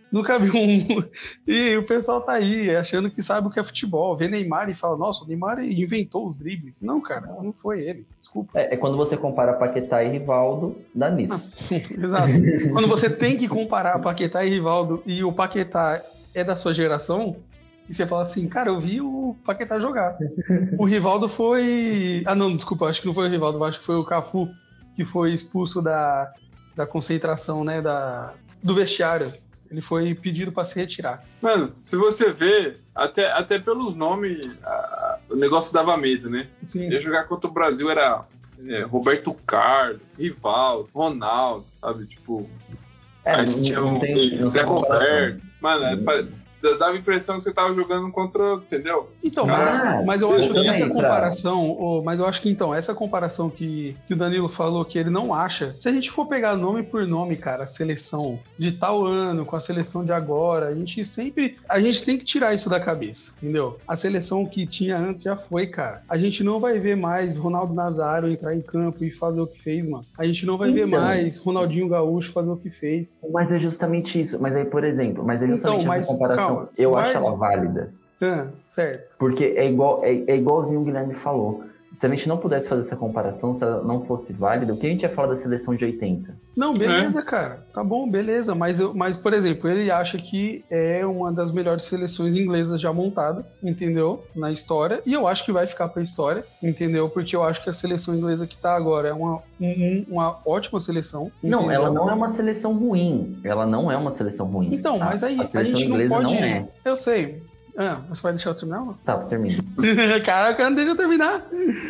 Nunca vi um... E o pessoal tá aí achando que sabe o que é futebol. Vê Neymar e fala, nossa, o Neymar inventou os dribles. Não, cara, não foi ele. Desculpa. É, é quando você compara Paquetá e Rivaldo, dá nisso. Ah, exato. Quando você tem que comparar Paquetá e Rivaldo e o Paquetá é da sua geração, e você fala assim, cara, eu vi o Paquetá jogar. O Rivaldo foi... Ah, não, desculpa, acho que não foi o Rivaldo, acho que foi o Cafu que foi expulso da, da concentração, né, da, do vestiário. Ele foi pedido para se retirar. Mano, se você vê, até, até pelos nomes, a, o negócio dava medo, né? Sim. Ia jogar contra o Brasil era é, Roberto Carlos, Rivaldo, Ronaldo, sabe? Tipo... É, aí não, tinha não um tem, não Zé tem Roberto. Mano, Hum. é, dava a impressão que você tava jogando contra, entendeu? Então, Ah, mas, mas eu eu acho que também, essa pra- comparação, oh, mas eu acho que então, essa comparação que, que o Danilo falou que ele não acha, se a gente for pegar nome por nome, cara, a seleção de tal ano com a seleção de agora, a gente sempre, a gente tem que tirar isso da cabeça, entendeu? A seleção que tinha antes já foi, cara. A gente não vai ver mais Ronaldo Nazário entrar em campo e fazer o que fez, mano. A gente não vai ver Então. mais Ronaldinho Gaúcho fazer o que fez. Mas é justamente isso. Mas aí, por exemplo, mas é Então, justamente mas, essa comparação. calma, eu guarda- acho ela válida. Ah, certo. Porque é, igual, é, é igualzinho o Guilherme falou. Se a gente não pudesse fazer essa comparação, se ela não fosse válida, o que a gente ia falar da seleção de oitenta? Não, beleza, cara. Tá bom, beleza. Mas, eu, mas, por exemplo, ele acha que é uma das melhores seleções inglesas já montadas, entendeu? Na história. E eu acho que vai ficar pra história, entendeu? Porque eu acho que a seleção inglesa que tá agora é uma, um- uma ótima seleção. Não, entendeu? ela não é uma seleção ruim. Ela não é uma seleção ruim. Então, mas aí a, a a seleção gente não inglesa pode... não é. Eu sei. Ah, você vai deixar eu terminar? Não? Tá, termina. Caraca, não deixa eu terminar.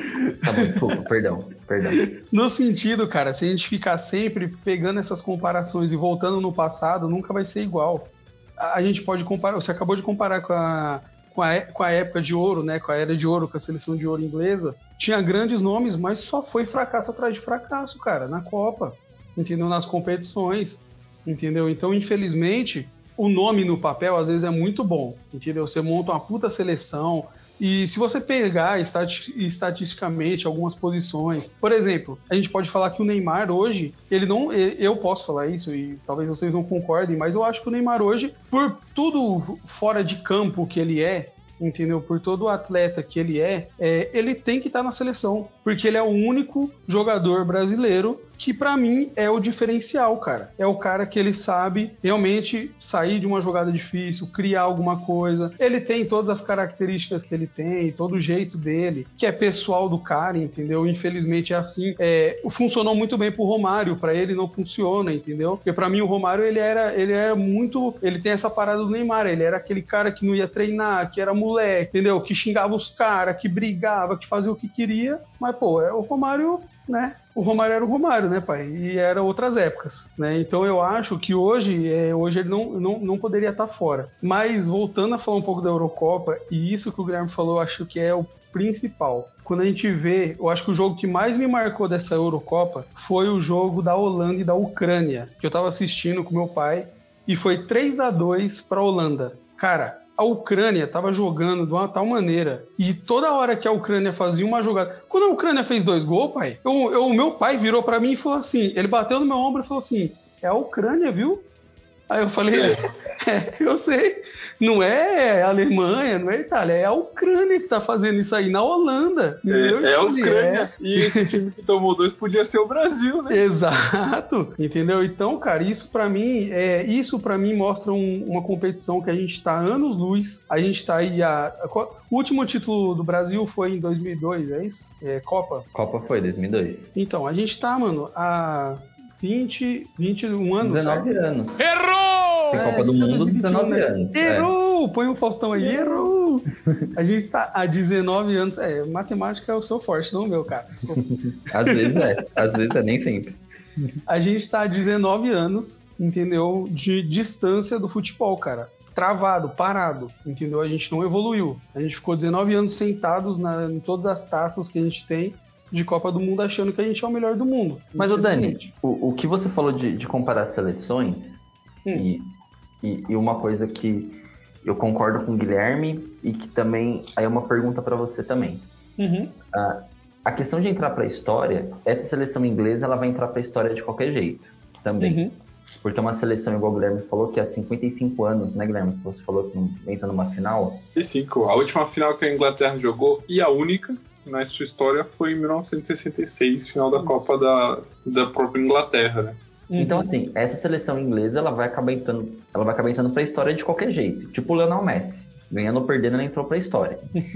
Tá bom, desculpa, perdão, perdão. No sentido, cara, se a gente ficar sempre pegando essas comparações e voltando no passado, nunca vai ser igual. A, a gente pode comparar, você acabou de comparar com a, com, a, com a época de ouro, né, com a era de ouro, com a seleção de ouro inglesa, tinha grandes nomes, mas só foi fracasso atrás de fracasso, cara, na Copa, entendeu? Nas competições, entendeu? Então, infelizmente, o nome no papel às vezes é muito bom, entendeu? Você monta uma puta seleção. E se você pegar estati- estatisticamente algumas posições, por exemplo, a gente pode falar que o Neymar hoje, ele não, eu posso falar isso e talvez vocês não concordem, mas eu acho que o Neymar hoje, por tudo fora de campo que ele é, entendeu? Por todo o atleta que ele é, é ele tem que estar na seleção, porque ele é o único jogador brasileiro que pra mim é o diferencial, cara. É o cara que ele sabe realmente sair de uma jogada difícil, criar alguma coisa. Ele tem todas as características que ele tem, todo o jeito dele, que é pessoal do cara, entendeu? Infelizmente é assim. É, funcionou muito bem pro Romário, pra ele não funciona, entendeu? Porque pra mim o Romário, ele era, ele era muito... Ele tem essa parada do Neymar, ele era aquele cara que não ia treinar, que era moleque, entendeu? Que xingava os caras, que brigava, que fazia o que queria. Mas, pô, é o Romário, né? O Romário era o Romário, né, pai? E era outras épocas, né? Então eu acho que hoje, é, hoje ele não, não, não poderia estar fora. Mas voltando a falar um pouco da Eurocopa, e isso que o Guilherme falou, eu acho que é o principal. Quando a gente vê, eu acho que o jogo que mais me marcou dessa Eurocopa foi o jogo da Holanda e da Ucrânia, que eu tava assistindo com meu pai, e foi três a dois pra Holanda. Cara, a Ucrânia estava jogando de uma tal maneira, e toda hora que a Ucrânia fazia uma jogada... Quando a Ucrânia fez dois gols, pai, o meu pai virou para mim e falou assim, ele bateu no meu ombro e falou assim, é a Ucrânia, viu? Aí eu falei, é, eu sei, não é a Alemanha, não é a Itália, é a Ucrânia que tá fazendo isso aí, na Holanda. É, é a Ucrânia. É. E esse time que tomou dois podia ser o Brasil, né? Exato, entendeu? Então, cara, isso pra mim, é, isso para mim mostra um, uma competição que a gente tá anos-luz, a gente tá aí, a, a, o último título do Brasil foi em dois mil e dois, é isso? É, Copa? Copa foi, dois mil e dois. Então, a gente tá, mano, a... vinte, vinte e um anos. dezenove sabe? Anos. Errou! Tem Copa é, do Mundo, dezenove né? anos. Errou! É. Põe o Faustão aí, errou! A gente está há dezenove anos. É, matemática é o seu forte, não o meu, cara. Às vezes é, às vezes é, nem sempre. A gente está há dezenove anos, entendeu? De distância do futebol, cara. Travado, parado, entendeu? A gente não evoluiu. A gente ficou dezenove anos sentados na, em todas as taças que a gente tem de Copa do Mundo, achando que a gente é o melhor do mundo. Mas, ô Dani, o, o que você falou de, de comparar seleções, hum. e, e, e uma coisa que eu concordo com o Guilherme, e que também, aí é uma pergunta para você também. Uhum. A, a questão de entrar para a história, essa seleção inglesa, ela vai entrar para a história de qualquer jeito, também. Uhum. Porque é uma seleção, igual o Guilherme falou, que há cinquenta e cinco anos, né, Guilherme? Que você falou que não entra numa final. cinquenta e cinco. A última final que a Inglaterra jogou, e a única na sua história, foi em mil novecentos e sessenta e seis, final da Copa da, da própria Inglaterra, né? Então, assim, essa seleção inglesa, ela vai acabar entrando, ela vai acabar entrando pra história de qualquer jeito. Tipo o Lionel Messi. Ganhando ou perdendo, ela entrou pra história.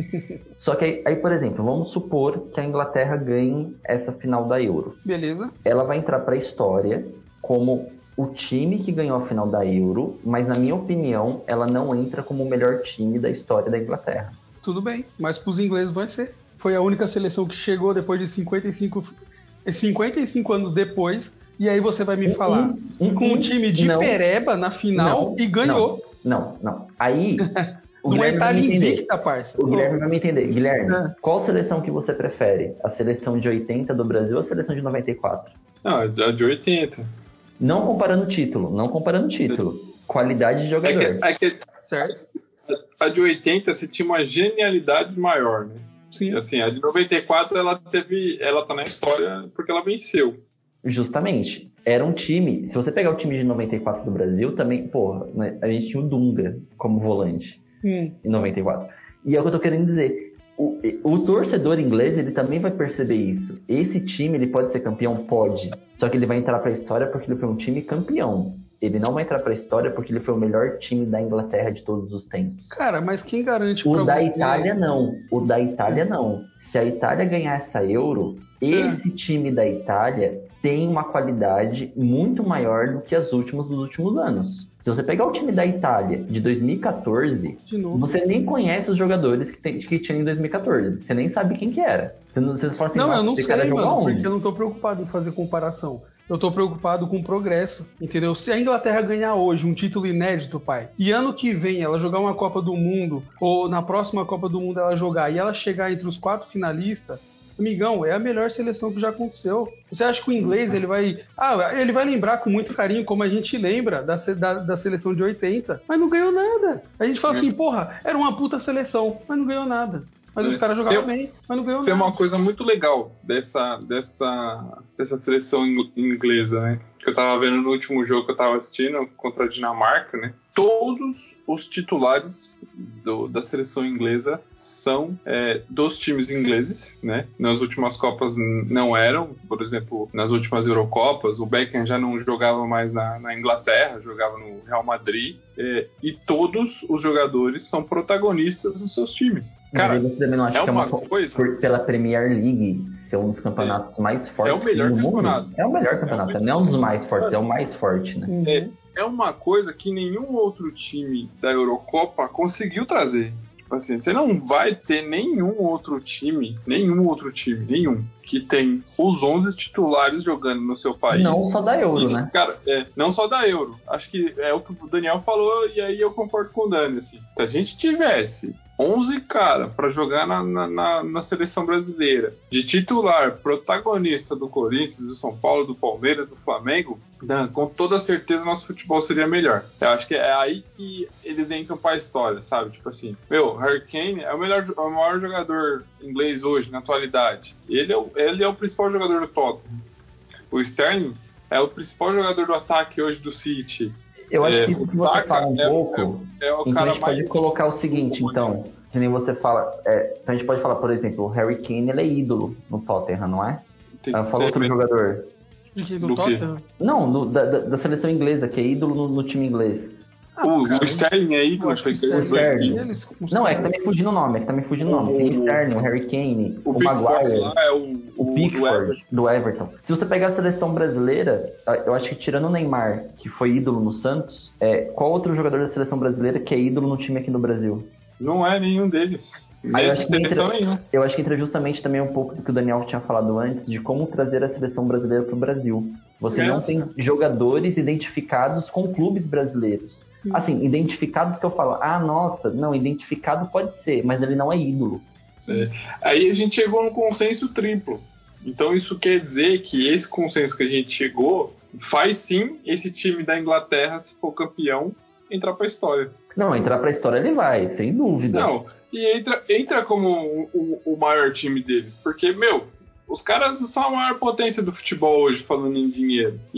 Só que aí, aí, por exemplo, vamos supor que a Inglaterra ganhe essa final da Euro. Beleza. Ela vai entrar pra história como o time que ganhou a final da Euro, mas na minha opinião, ela não entra como o melhor time da história da Inglaterra. Tudo bem, mas pros ingleses vai ser. Foi a única seleção que chegou depois de cinquenta e cinco, cinquenta e cinco anos depois. E aí você vai me falar, um, um, com um time de não, pereba na final não, e ganhou. Não, não, não. Aí, o não Guilherme é Itália invicta, parça. O Guilherme vai me entender. Guilherme, é. Qual seleção que você prefere? A seleção de oitenta do Brasil ou a seleção de noventa e quatro? Não, a de oitenta. Não comparando título, não comparando título. Qualidade de jogador. É que, é que, certo. A de oitenta, você tinha uma genialidade maior, né? Sim. Assim, a de noventa e quatro, ela teve, ela tá na história porque ela venceu. Justamente. Era um time... Se você pegar o time de noventa e quatro do Brasil, também, porra, né, a gente tinha o Dunga como volante hum. em noventa e quatro. E é o que eu tô querendo dizer. O, o torcedor inglês, ele também vai perceber isso. Esse time, ele pode ser campeão? Pode. Só que ele vai entrar pra história porque ele foi um time campeão. Ele não vai entrar pra história porque ele foi o melhor time da Inglaterra de todos os tempos. Cara, mas quem garante o pra da você... Itália, não. O da Itália, não. Se a Itália ganhar essa Euro, esse é. time da Itália tem uma qualidade muito maior do que as últimas dos últimos anos. Se você pegar o time da Itália de dois mil e quatorze, você nem conhece os jogadores que, tem, que tinha em dois mil e quatorze. Você nem sabe quem que era. Você, não, você fala assim, não, eu não sei, mano, onde? porque eu não tô preocupado em fazer comparação. Eu tô preocupado com o progresso, entendeu? Se a Inglaterra ganhar hoje um título inédito, pai, e ano que vem ela jogar uma Copa do Mundo, ou na próxima Copa do Mundo ela jogar, e ela chegar entre os quatro finalistas, amigão, é a melhor seleção que já aconteceu. Você acha que o inglês, ele vai... Ah, ele vai lembrar com muito carinho, como a gente lembra da, da, da seleção de oitenta, mas não ganhou nada. A gente fala assim, porra, era uma puta seleção, mas não ganhou nada. Mas os caras jogavam bem, mas não ganhou nada. Tem nada. uma coisa muito legal dessa, dessa, dessa seleção inglesa, né? Que eu tava vendo no último jogo que eu tava assistindo contra a Dinamarca, né? Todos os titulares do, da seleção inglesa são é, dos times ingleses, né? Nas últimas Copas não eram. Por exemplo, nas últimas Eurocopas, o Beckham já não jogava mais na, na Inglaterra, jogava no Real Madrid. É, e todos os jogadores são protagonistas nos seus times. Cara, você também não acha é que é uma uma coisa... Por, pela Premier League ser um dos campeonatos é. mais fortes é o melhor do campeonato. mundo? É o melhor campeonato. É o melhor. Não é um dos mais fortes, é o mais forte, né? Uhum. É, é uma coisa que nenhum outro time da Eurocopa conseguiu trazer. Tipo assim, você não vai ter nenhum outro time, nenhum outro time, nenhum, que tem os onze titulares jogando no seu país. Não só da Euro, e, né? Cara, é, não só da Euro. Acho que é o que o Daniel falou e aí eu concordo com o Dani, assim. Se a gente tivesse onze cara pra jogar na, na, na, na seleção brasileira, de titular, protagonista do Corinthians, do São Paulo, do Palmeiras, do Flamengo, Dan, com toda certeza nosso futebol seria melhor. Eu acho que é aí que eles entram pra história, sabe? Tipo assim, meu, Harry Kane é o, melhor, é o maior jogador inglês hoje, na atualidade. Ele é, o, ele é o principal jogador do Tottenham. O Sterling é o principal jogador do ataque hoje do City. Eu acho é, que isso que você fala um é, pouco, é, é o então cara a gente pode mais... colocar o seguinte, então, que nem você fala, é, então a gente pode falar, por exemplo, o Harry Kane, ele é ídolo no Tottenham, não é? Eu falo outro jogador. Do Tottenham? Não, no, da, da seleção inglesa, que é ídolo no, no time inglês. Ah, o, o Sterling é ídolo. O Sterling. Não, é que tá me fugindo o nome, é que tá me fugindo o nome. Tem o Sterling, o Harry Kane, o, o Maguire, lá é o, o Pickford, do Everton. do Everton. Se você pegar a seleção brasileira, eu acho que tirando o Neymar, que foi ídolo no Santos, é, qual outro jogador da seleção brasileira que é ídolo no time aqui no Brasil? Não é nenhum deles. Aí eu, acho que entra, eu acho que entra justamente também um pouco do que o Daniel tinha falado antes, de como trazer a seleção brasileira para o Brasil. Você é. não tem jogadores identificados com clubes brasileiros. Sim. Assim, identificados que eu falo, ah, nossa, não, identificado pode ser, mas ele não é ídolo. É. Aí a gente chegou num consenso triplo. Então isso quer dizer que esse consenso que a gente chegou faz sim esse time da Inglaterra, se for campeão, entrar para a história. Não, entrar pra história ele vai, sem dúvida. Não, e entra, entra como o, o, o maior time deles. Porque, meu, os caras são a maior potência do futebol hoje, falando em dinheiro. E,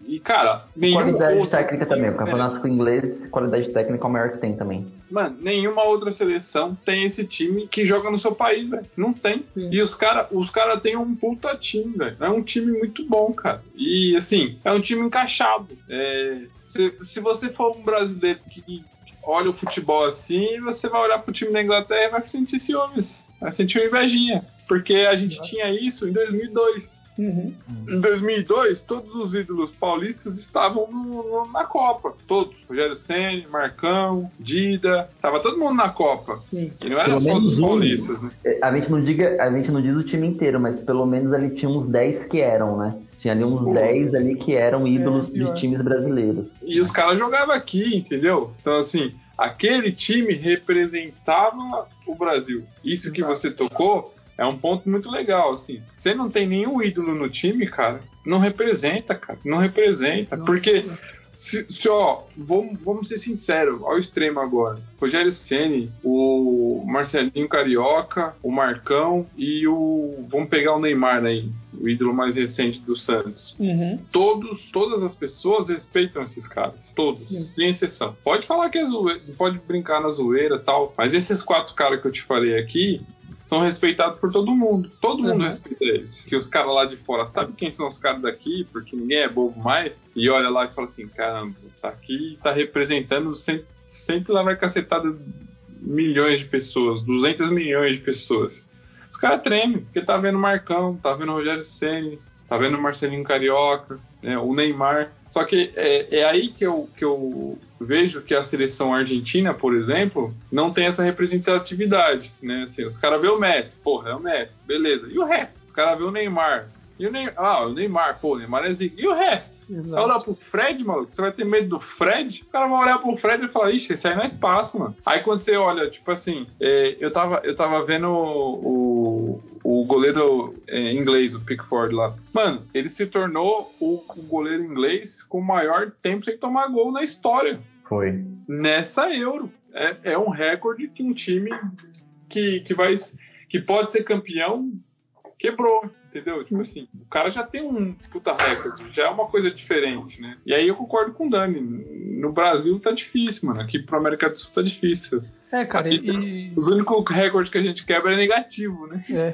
E, cara, nenhuma qualidade outra... técnica também. O campeonato inglês, qualidade técnica é o maior que tem também. Mano, nenhuma outra seleção tem esse time que joga no seu país, velho. Não tem. Sim. E os caras os cara têm um puta time, velho. É um time muito bom, cara. E, assim, é um time encaixado. É, se, se você for um brasileiro que olha o futebol assim, você vai olhar pro time da Inglaterra e vai sentir ciúmes. Vai sentir uma invejinha. Porque a gente tinha isso em dois mil e dois. Uhum. Em dois mil e dois, todos os ídolos paulistas estavam no, no, na Copa. Todos. Rogério Ceni, Marcão, Dida. Tava todo mundo na Copa. Sim. E não era pelo só dos paulistas, né? A gente, não diga, a gente não diz o time inteiro, mas pelo menos ali tinha uns dez que eram, né? Tinha ali uns dez ali que eram ídolos é, de times brasileiros. E os caras jogavam aqui, entendeu? Então, assim, aquele time representava o Brasil. Isso Exato. Que você tocou é um ponto muito legal, assim. Você não tem nenhum ídolo no time, cara, não representa, cara. Não representa. Não, porque, se, se ó, vamos, vamos ser sinceros, ao extremo agora. Rogério Ceni, o Marcelinho Carioca, o Marcão e o... Vamos pegar o Neymar aí, o ídolo mais recente do Santos. Uhum. Todos, todas as pessoas respeitam esses caras. Todos, Sim. sem exceção. Pode falar que é zoeira, pode brincar na zoeira e tal, mas esses quatro caras que eu te falei aqui são respeitados por todo mundo. Todo mundo uhum. respeita eles. Que os caras lá de fora sabem quem são os caras daqui, porque ninguém é bobo mais, e olha lá e fala assim, caramba, tá aqui, tá representando sempre, sempre lá vai cacetada milhões de pessoas, duzentos milhões de pessoas. Os caras tremem, porque tá vendo o Marcão, tá vendo o Rogério Ceni, tá vendo o Marcelinho Carioca, né, o Neymar. Só que é, é aí que eu, que eu vejo que a seleção argentina, por exemplo, não tem essa representatividade, né? Assim, os caras vê o Messi, porra, é o Messi, beleza. E o resto? Os caras vê o Neymar. E o Neymar, ah, o Neymar, pô, o Neymar é zica. E o resto? Vai olhar pro Fred, maluco? Você vai ter medo do Fred? O cara vai olhar pro Fred e falar, ixi, esse aí não é espaço, mano. Aí quando você olha, tipo assim, é, eu, tava, eu tava vendo o, o, o goleiro é, inglês, o Pickford lá. Mano, ele se tornou o, o goleiro inglês com o maior tempo sem tomar gol na história. Foi. Nessa Euro. É, é um recorde que um time que, que, vai, que pode ser campeão quebrou. Entendeu? Tipo assim, o cara já tem um puta recorde, já é uma coisa diferente, né? E aí eu concordo com o Dani. No Brasil tá difícil, mano. Aqui pro América do Sul tá difícil. É, cara, e... Os únicos recordes que a gente quebra é negativo, né? É.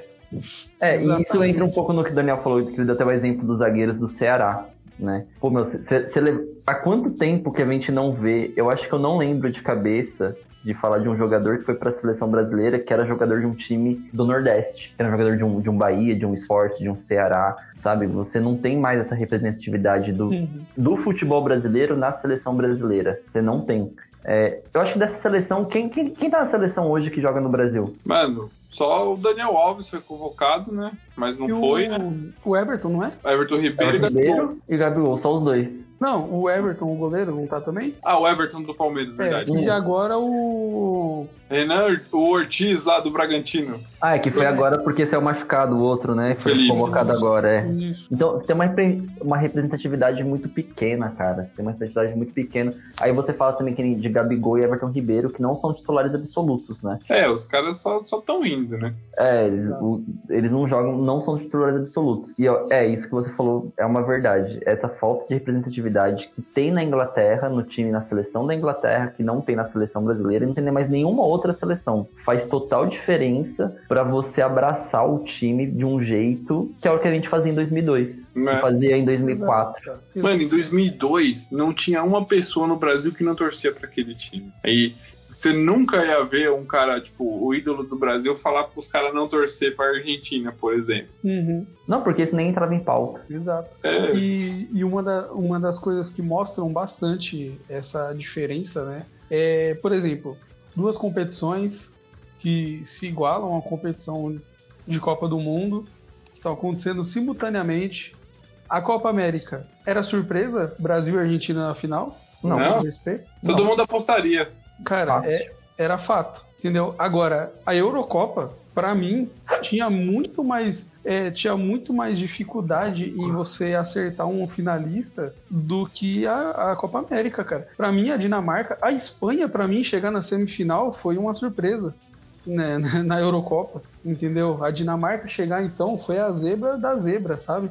É, e isso entra um pouco no que o Daniel falou, que ele deu até o exemplo dos zagueiros do Ceará, né? Pô, meu, cê, cê lev... há quanto tempo que a gente não vê? Eu acho que eu não lembro de cabeça de falar de um jogador que foi para a seleção brasileira, que era jogador de um time do Nordeste, que era jogador de um, de um Bahia, de um Sport, de um Ceará, sabe? Você não tem mais essa representatividade do, uhum. do futebol brasileiro na seleção brasileira. Você não tem. É, eu acho que dessa seleção, quem, quem, quem tá na seleção hoje que joga no Brasil? Mano, só o Daniel Alves foi convocado, né? Mas não e foi, o, né? O Everton, não é? Everton Ribeiro Everton e Gabigol. E Gabigol, só os dois. Não, o Everton, o goleiro, não tá também? Ah, o Everton do Palmeiras, verdade. É, e agora o... Renan, o Ortiz lá do Bragantino. Ah, é que foi agora porque saiu machucado o outro, né? Foi Felipe. Convocado agora, é. Isso. Então, você tem uma, uma representatividade muito pequena, cara. Você tem uma representatividade muito pequena. Aí você fala também que de Gabigol e Everton Ribeiro, que não são titulares absolutos, né? É, os caras só estão indo, né? É, eles, o, eles não jogam, não são titulares absolutos. E é, isso que você falou é uma verdade. Essa falta de representatividade que tem na Inglaterra, no time, na seleção da Inglaterra, que não tem na seleção brasileira, e não tem mais nenhuma outra seleção. Faz total diferença pra você abraçar o time de um jeito que é o que a gente fazia em dois mil e dois. É. Fazia em dois mil e quatro. Mano, em dois mil e dois não tinha uma pessoa no Brasil que não torcia pra aquele time. Aí você nunca ia ver um cara, tipo, o ídolo do Brasil falar pros caras não torcer pra Argentina, por exemplo. Uhum. Não, porque isso nem entrava em pauta. Exato. É. E, e uma, da, uma das coisas que mostram bastante essa diferença, né? É, por exemplo, duas competições que se igualam a uma competição de Copa do Mundo, que estão acontecendo simultaneamente. A Copa América era surpresa? Brasil e Argentina na final? Não. Não. Todo Não. mundo apostaria. Cara, é, era fato, entendeu? Agora, a Eurocopa, pra mim, tinha muito mais, é, tinha muito mais dificuldade em você acertar um finalista do que a, a Copa América, cara. Pra mim, a Dinamarca, a Espanha, pra mim, chegar na semifinal foi uma surpresa, né, na Eurocopa, entendeu? A Dinamarca chegar, então, foi a zebra da zebra, sabe?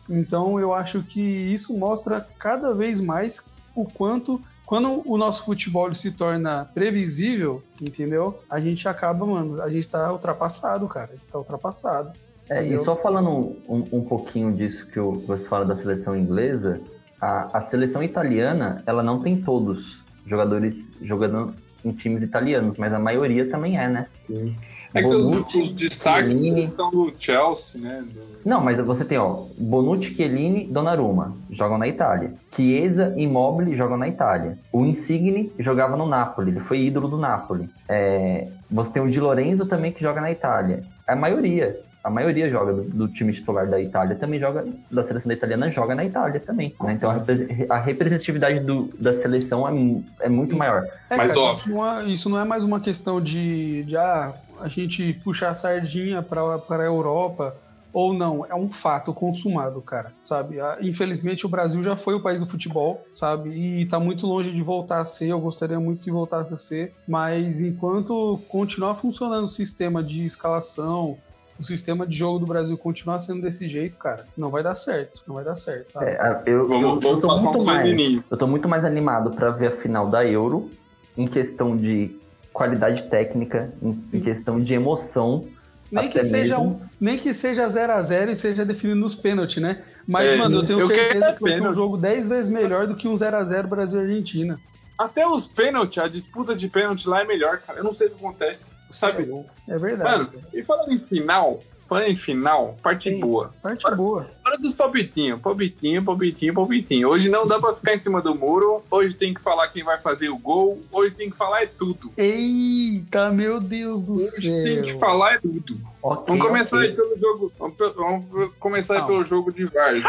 Então eu acho que isso mostra cada vez mais o quanto, quando o nosso futebol se torna previsível, entendeu? A gente acaba, mano, a gente tá ultrapassado, cara. A gente tá ultrapassado. É, e só falando um, um pouquinho disso que você fala da seleção inglesa, a, a seleção italiana, ela não tem todos jogadores jogando em times italianos, mas a maioria também é, né? Sim. É que Bonucci, os, os destaques Chiellini, são do Chelsea, né? Do... Não, mas você tem, ó, Bonucci, Chiellini, Donnarumma, jogam na Itália. Chiesa e Immobile jogam na Itália. O Insigne jogava no Napoli, ele foi ídolo do Napoli. É, você tem o Di Lorenzo também que joga na Itália. A maioria, a maioria joga do, do time titular da Itália, também joga, da seleção da italiana joga na Itália também. Né? Então a, a representatividade do, da seleção é, é muito maior. É, mas, cara, ó, isso, não é, isso não é mais uma questão de, de ah, a gente puxar a sardinha para a Europa ou não, é um fato consumado, cara, sabe? Infelizmente o Brasil já foi o país do futebol, sabe? E tá muito longe de voltar a ser, eu gostaria muito que voltasse a ser, mas enquanto continuar funcionando o sistema de escalação, o sistema de jogo do Brasil continuar sendo desse jeito, cara, não vai dar certo, não vai dar certo. Tá? É, eu, vamos, eu, vamos eu, tô muito um mais, eu tô muito mais animado para ver a final da Euro, em questão de qualidade técnica, em, em questão de emoção. Nem que, seja um, nem que seja zero a zero e seja definido nos pênaltis, né? Mas, é, mano, eu tenho eu certeza que vai ser um jogo dez vezes melhor do que um zero a zero Brasil e Argentina. Até os pênaltis, a disputa de pênalti lá é melhor, cara. Eu não sei o que acontece, sabe? É verdade. Mano, e falando em final, falando em final, parte Sim, boa. Parte Para, boa. Para dos palpitinhos, palpitinho, palpitinho, palpitinho. Hoje não dá pra ficar em cima do muro, hoje tem que falar quem vai fazer o gol, hoje tem que falar é tudo. Eita, meu Deus do hoje céu. Hoje tem que falar é tudo. Okay, vamos começar okay. aí pelo jogo, vamos, vamos começar aí pelo jogo de Várzea.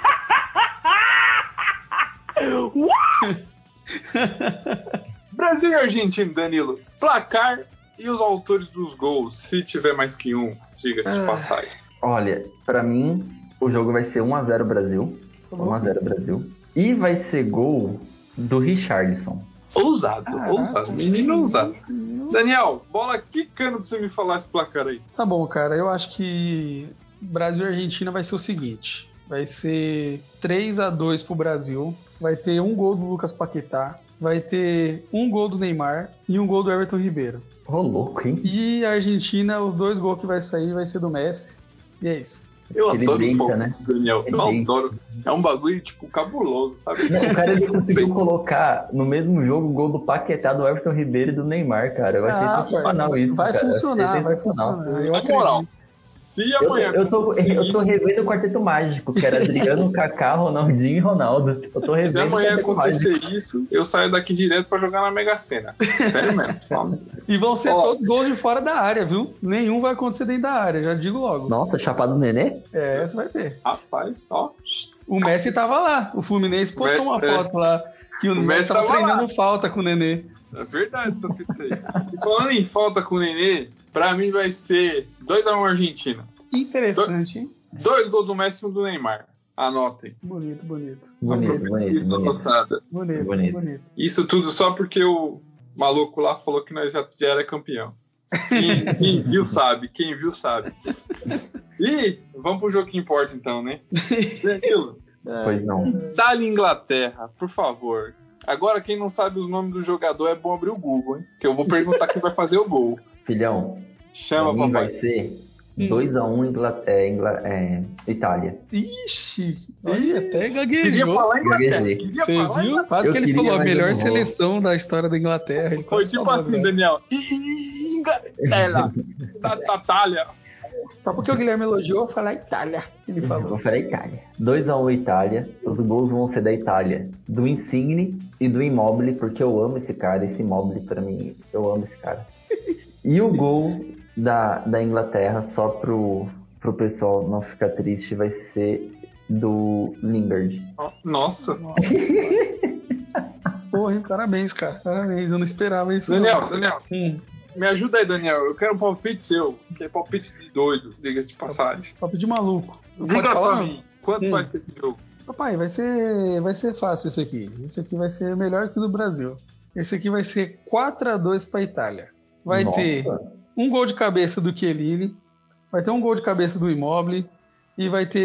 Brasil e Argentina, Danilo. Placar e os autores dos gols, se tiver mais que um, diga-se de passagem. Olha, pra mim, o jogo vai ser um a zero Brasil. um a zero Brasil. E vai ser gol do Richarlison. Ousado, Caraca, ousado. Menino ousado. Daniel, bola quicando pra você me falar esse placar aí. Tá bom, cara. Eu acho que Brasil e Argentina vai ser o seguinte. Vai ser três a dois pro Brasil. Vai ter um gol do Lucas Paquetá. Vai ter um gol do Neymar e um gol do Everton Ribeiro. Ô, oh, louco, hein? E a Argentina, os dois gols que vai sair vai ser do Messi. E é isso. Eu ele adoro isso, né? Daniel. Ele eu brinca. adoro. É um bagulho, tipo, cabuloso, sabe? Não, o cara ele conseguiu colocar no mesmo jogo o gol do Paquetá, do Everton Ribeiro e do Neymar, cara. Eu achei ah, sensacional isso, vai cara. Funcionar, vai funcionar. Eu Na moral, se amanhã eu, eu, tô, eu tô revendo o Quarteto Mágico, que era Adriano, Kaká, Ronaldinho e Ronaldo. Eu tô revendo. Se amanhã acontecer mágico. isso, eu saio daqui direto pra jogar na Mega Sena. Sério mesmo. E vão ser oh. todos gols de fora da área, viu? Nenhum vai acontecer dentro da área, já digo logo. Nossa, Chapado do Nenê? É, você vai ter. Rapaz, ó. O Messi tava lá. O Fluminense postou uma é. foto lá que o, o Messi, Messi tava, tava treinando lá. falta com o Nenê. É verdade, essa fita aí. E falando em falta com o Nenê, pra mim vai ser dois a um Argentina. Interessante, hein? Dois gols do Messi e um do Neymar. Anotem. Bonito, bonito. Bonito, bonito, bonito. Bonito, bonito. bonito. Isso tudo só porque o maluco lá falou que nós já, já era campeão. Quem, quem viu sabe, quem viu sabe. E vamos pro jogo que importa então, né? Tranquilo? Pois não. Dá-lhe Inglaterra, por favor. Agora quem não sabe os nomes do jogador é bom abrir o Google, hein? Que eu vou perguntar quem vai fazer o gol. Filhão, chama, papai. Vai ser dois a um Ingl... é, Ingl... é, Itália. Ixi, Ih, até gaguejou. Queria falar Inglaterra. Queria Você falar viu? Quase eu que ele falou a melhor seleção da história da Inglaterra. Ele Foi tipo assim, velho. Daniel. Inglaterra. Da Itália. Só porque o Guilherme elogiou, eu vou falar Itália. Ele falou. Vou falar Itália. dois a um Itália. Os gols vão ser da Itália. Do Insigne e do Immobile, porque eu amo esse cara. Esse Immobile, pra mim, eu amo esse cara. E o gol da, da Inglaterra, só pro, pro pessoal não ficar triste, vai ser do Lingard. Nossa. Porra, hein? Parabéns, cara. Parabéns. Eu não esperava isso. Daniel, não. Daniel. Hum. Me ajuda aí, Daniel. Eu quero um palpite seu, que é palpite de doido, diga-se de passagem. Palpite de maluco. Diga pra mim, quanto hum. vai ser esse jogo? Papai, vai ser, vai ser fácil esse aqui. Esse aqui vai ser melhor que o do Brasil. Esse aqui vai ser quatro a dois pra Itália. Vai Nossa. ter um gol de cabeça do Chiellini, vai ter um gol de cabeça do Immobile e vai ter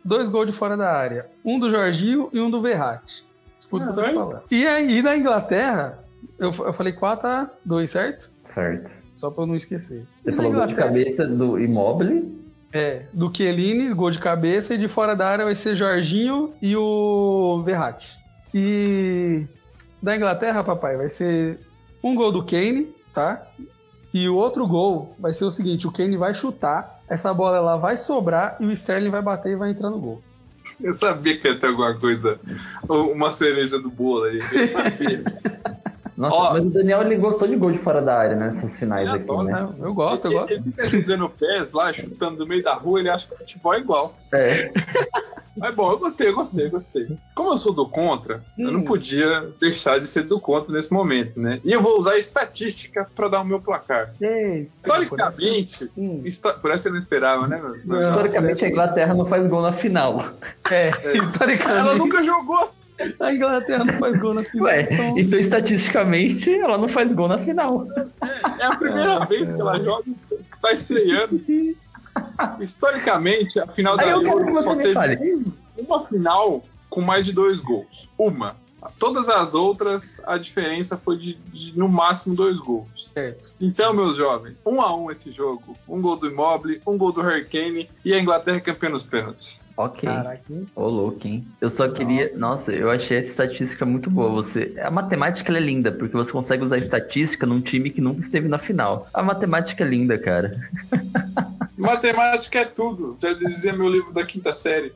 dois gols de fora da área. Um do Jorginho e um do Verratti. Disputa ah, pra te falar. E aí, na Inglaterra, eu, eu falei quatro a dois, certo? Certo. Só pra eu não esquecer. Você falou gol de cabeça do Immobile? É, do Chiellini, gol de cabeça, e de fora da área vai ser Jorginho e o Verratti. E da Inglaterra, papai, vai ser um gol do Kane, tá? E o outro gol vai ser o seguinte, o Kane vai chutar, essa bola lá vai sobrar e o Sterling vai bater e vai entrar no gol. Eu sabia que ia ter alguma coisa, uma cereja do bolo aí. Nossa, ó, mas o Daniel, ele gostou de gol de fora da área, né? Nessas finais aqui, adoro, né? Eu gosto, eu ele, gosto. Ele fica jogando pés lá, chutando no meio da rua, ele acha que o futebol é igual. É. Mas bom, eu gostei, eu gostei, eu gostei. Como eu sou do contra, hum. eu não podia deixar de ser do contra nesse momento, né? E eu vou usar a estatística pra dar o meu placar. Ei, Historicamente, por essa, hum. por essa eu não esperava, né? Meu? Não, historicamente, a Inglaterra não faz gol na final. É, é. Historicamente. Ela nunca jogou. A Inglaterra não faz gol na final. Ué, então... então, estatisticamente, ela não faz gol na final. É, é a primeira ah, vez que ela joga, tá estreando. Historicamente, a final da Euro só teve fale. uma final com mais de dois gols. Uma. Todas as outras, a diferença foi de, de no máximo dois gols. Certo. Então, meus jovens, um a um esse jogo. Um gol do Immobile, um gol do Harry Kane e a Inglaterra campeã nos pênaltis. Ok. Ô, louco, hein? Eu só queria... Nossa. Nossa, eu achei essa estatística muito boa. Você... A matemática ela é linda, porque você consegue usar estatística num time que nunca esteve na final. A matemática é linda, cara. Matemática é tudo. Já dizia meu livro da quinta série.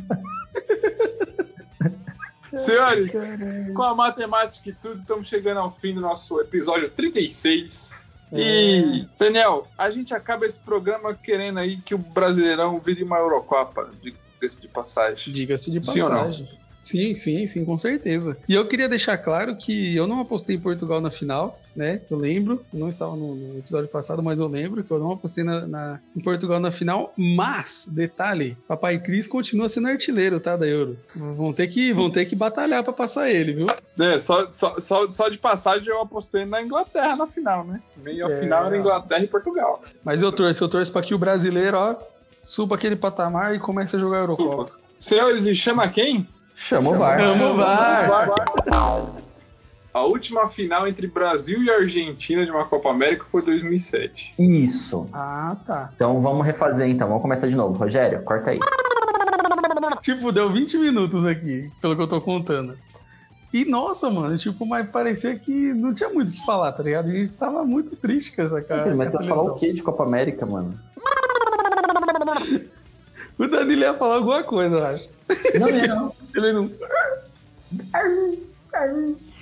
Senhores, com a matemática e tudo, estamos chegando ao fim do nosso episódio trinta e seis. É. E, Daniel, a gente acaba esse programa querendo aí que o Brasileirão vire uma Eurocopa, diga-se de passagem. Diga-se de passagem. Sim, sim, sim, com certeza. E eu queria deixar claro que eu não apostei em Portugal na final, né? Eu lembro, não estava no, no episódio passado, mas eu lembro que eu não apostei na, na, em Portugal na final. Mas, detalhe, Papai Cris continua sendo artilheiro, tá, da Euro. Vão ter que, vão ter que batalhar pra passar ele, viu? É, só, só, só, só de passagem eu apostei na Inglaterra na final, né? Meio a é. final era Inglaterra e Portugal. Mas eu torço, eu torço pra que o brasileiro, ó, suba aquele patamar e comece a jogar a Eurocopa. Senhores, e chama quem? Chama o V A R. Chama o V A R. A última final entre Brasil e Argentina de uma Copa América foi dois mil e sete. Isso. Ah, tá. Então vamos refazer então. Vamos começar de novo. Rogério, corta aí. Tipo, deu vinte minutos aqui, pelo que eu tô contando. E, nossa, mano, tipo, mas parecia que não tinha muito o que falar, tá ligado? A gente tava muito triste com essa cara. Mas você vai falar o que de Copa América, mano? O Danilo ia falar alguma coisa, eu acho. Não, não. Ele não...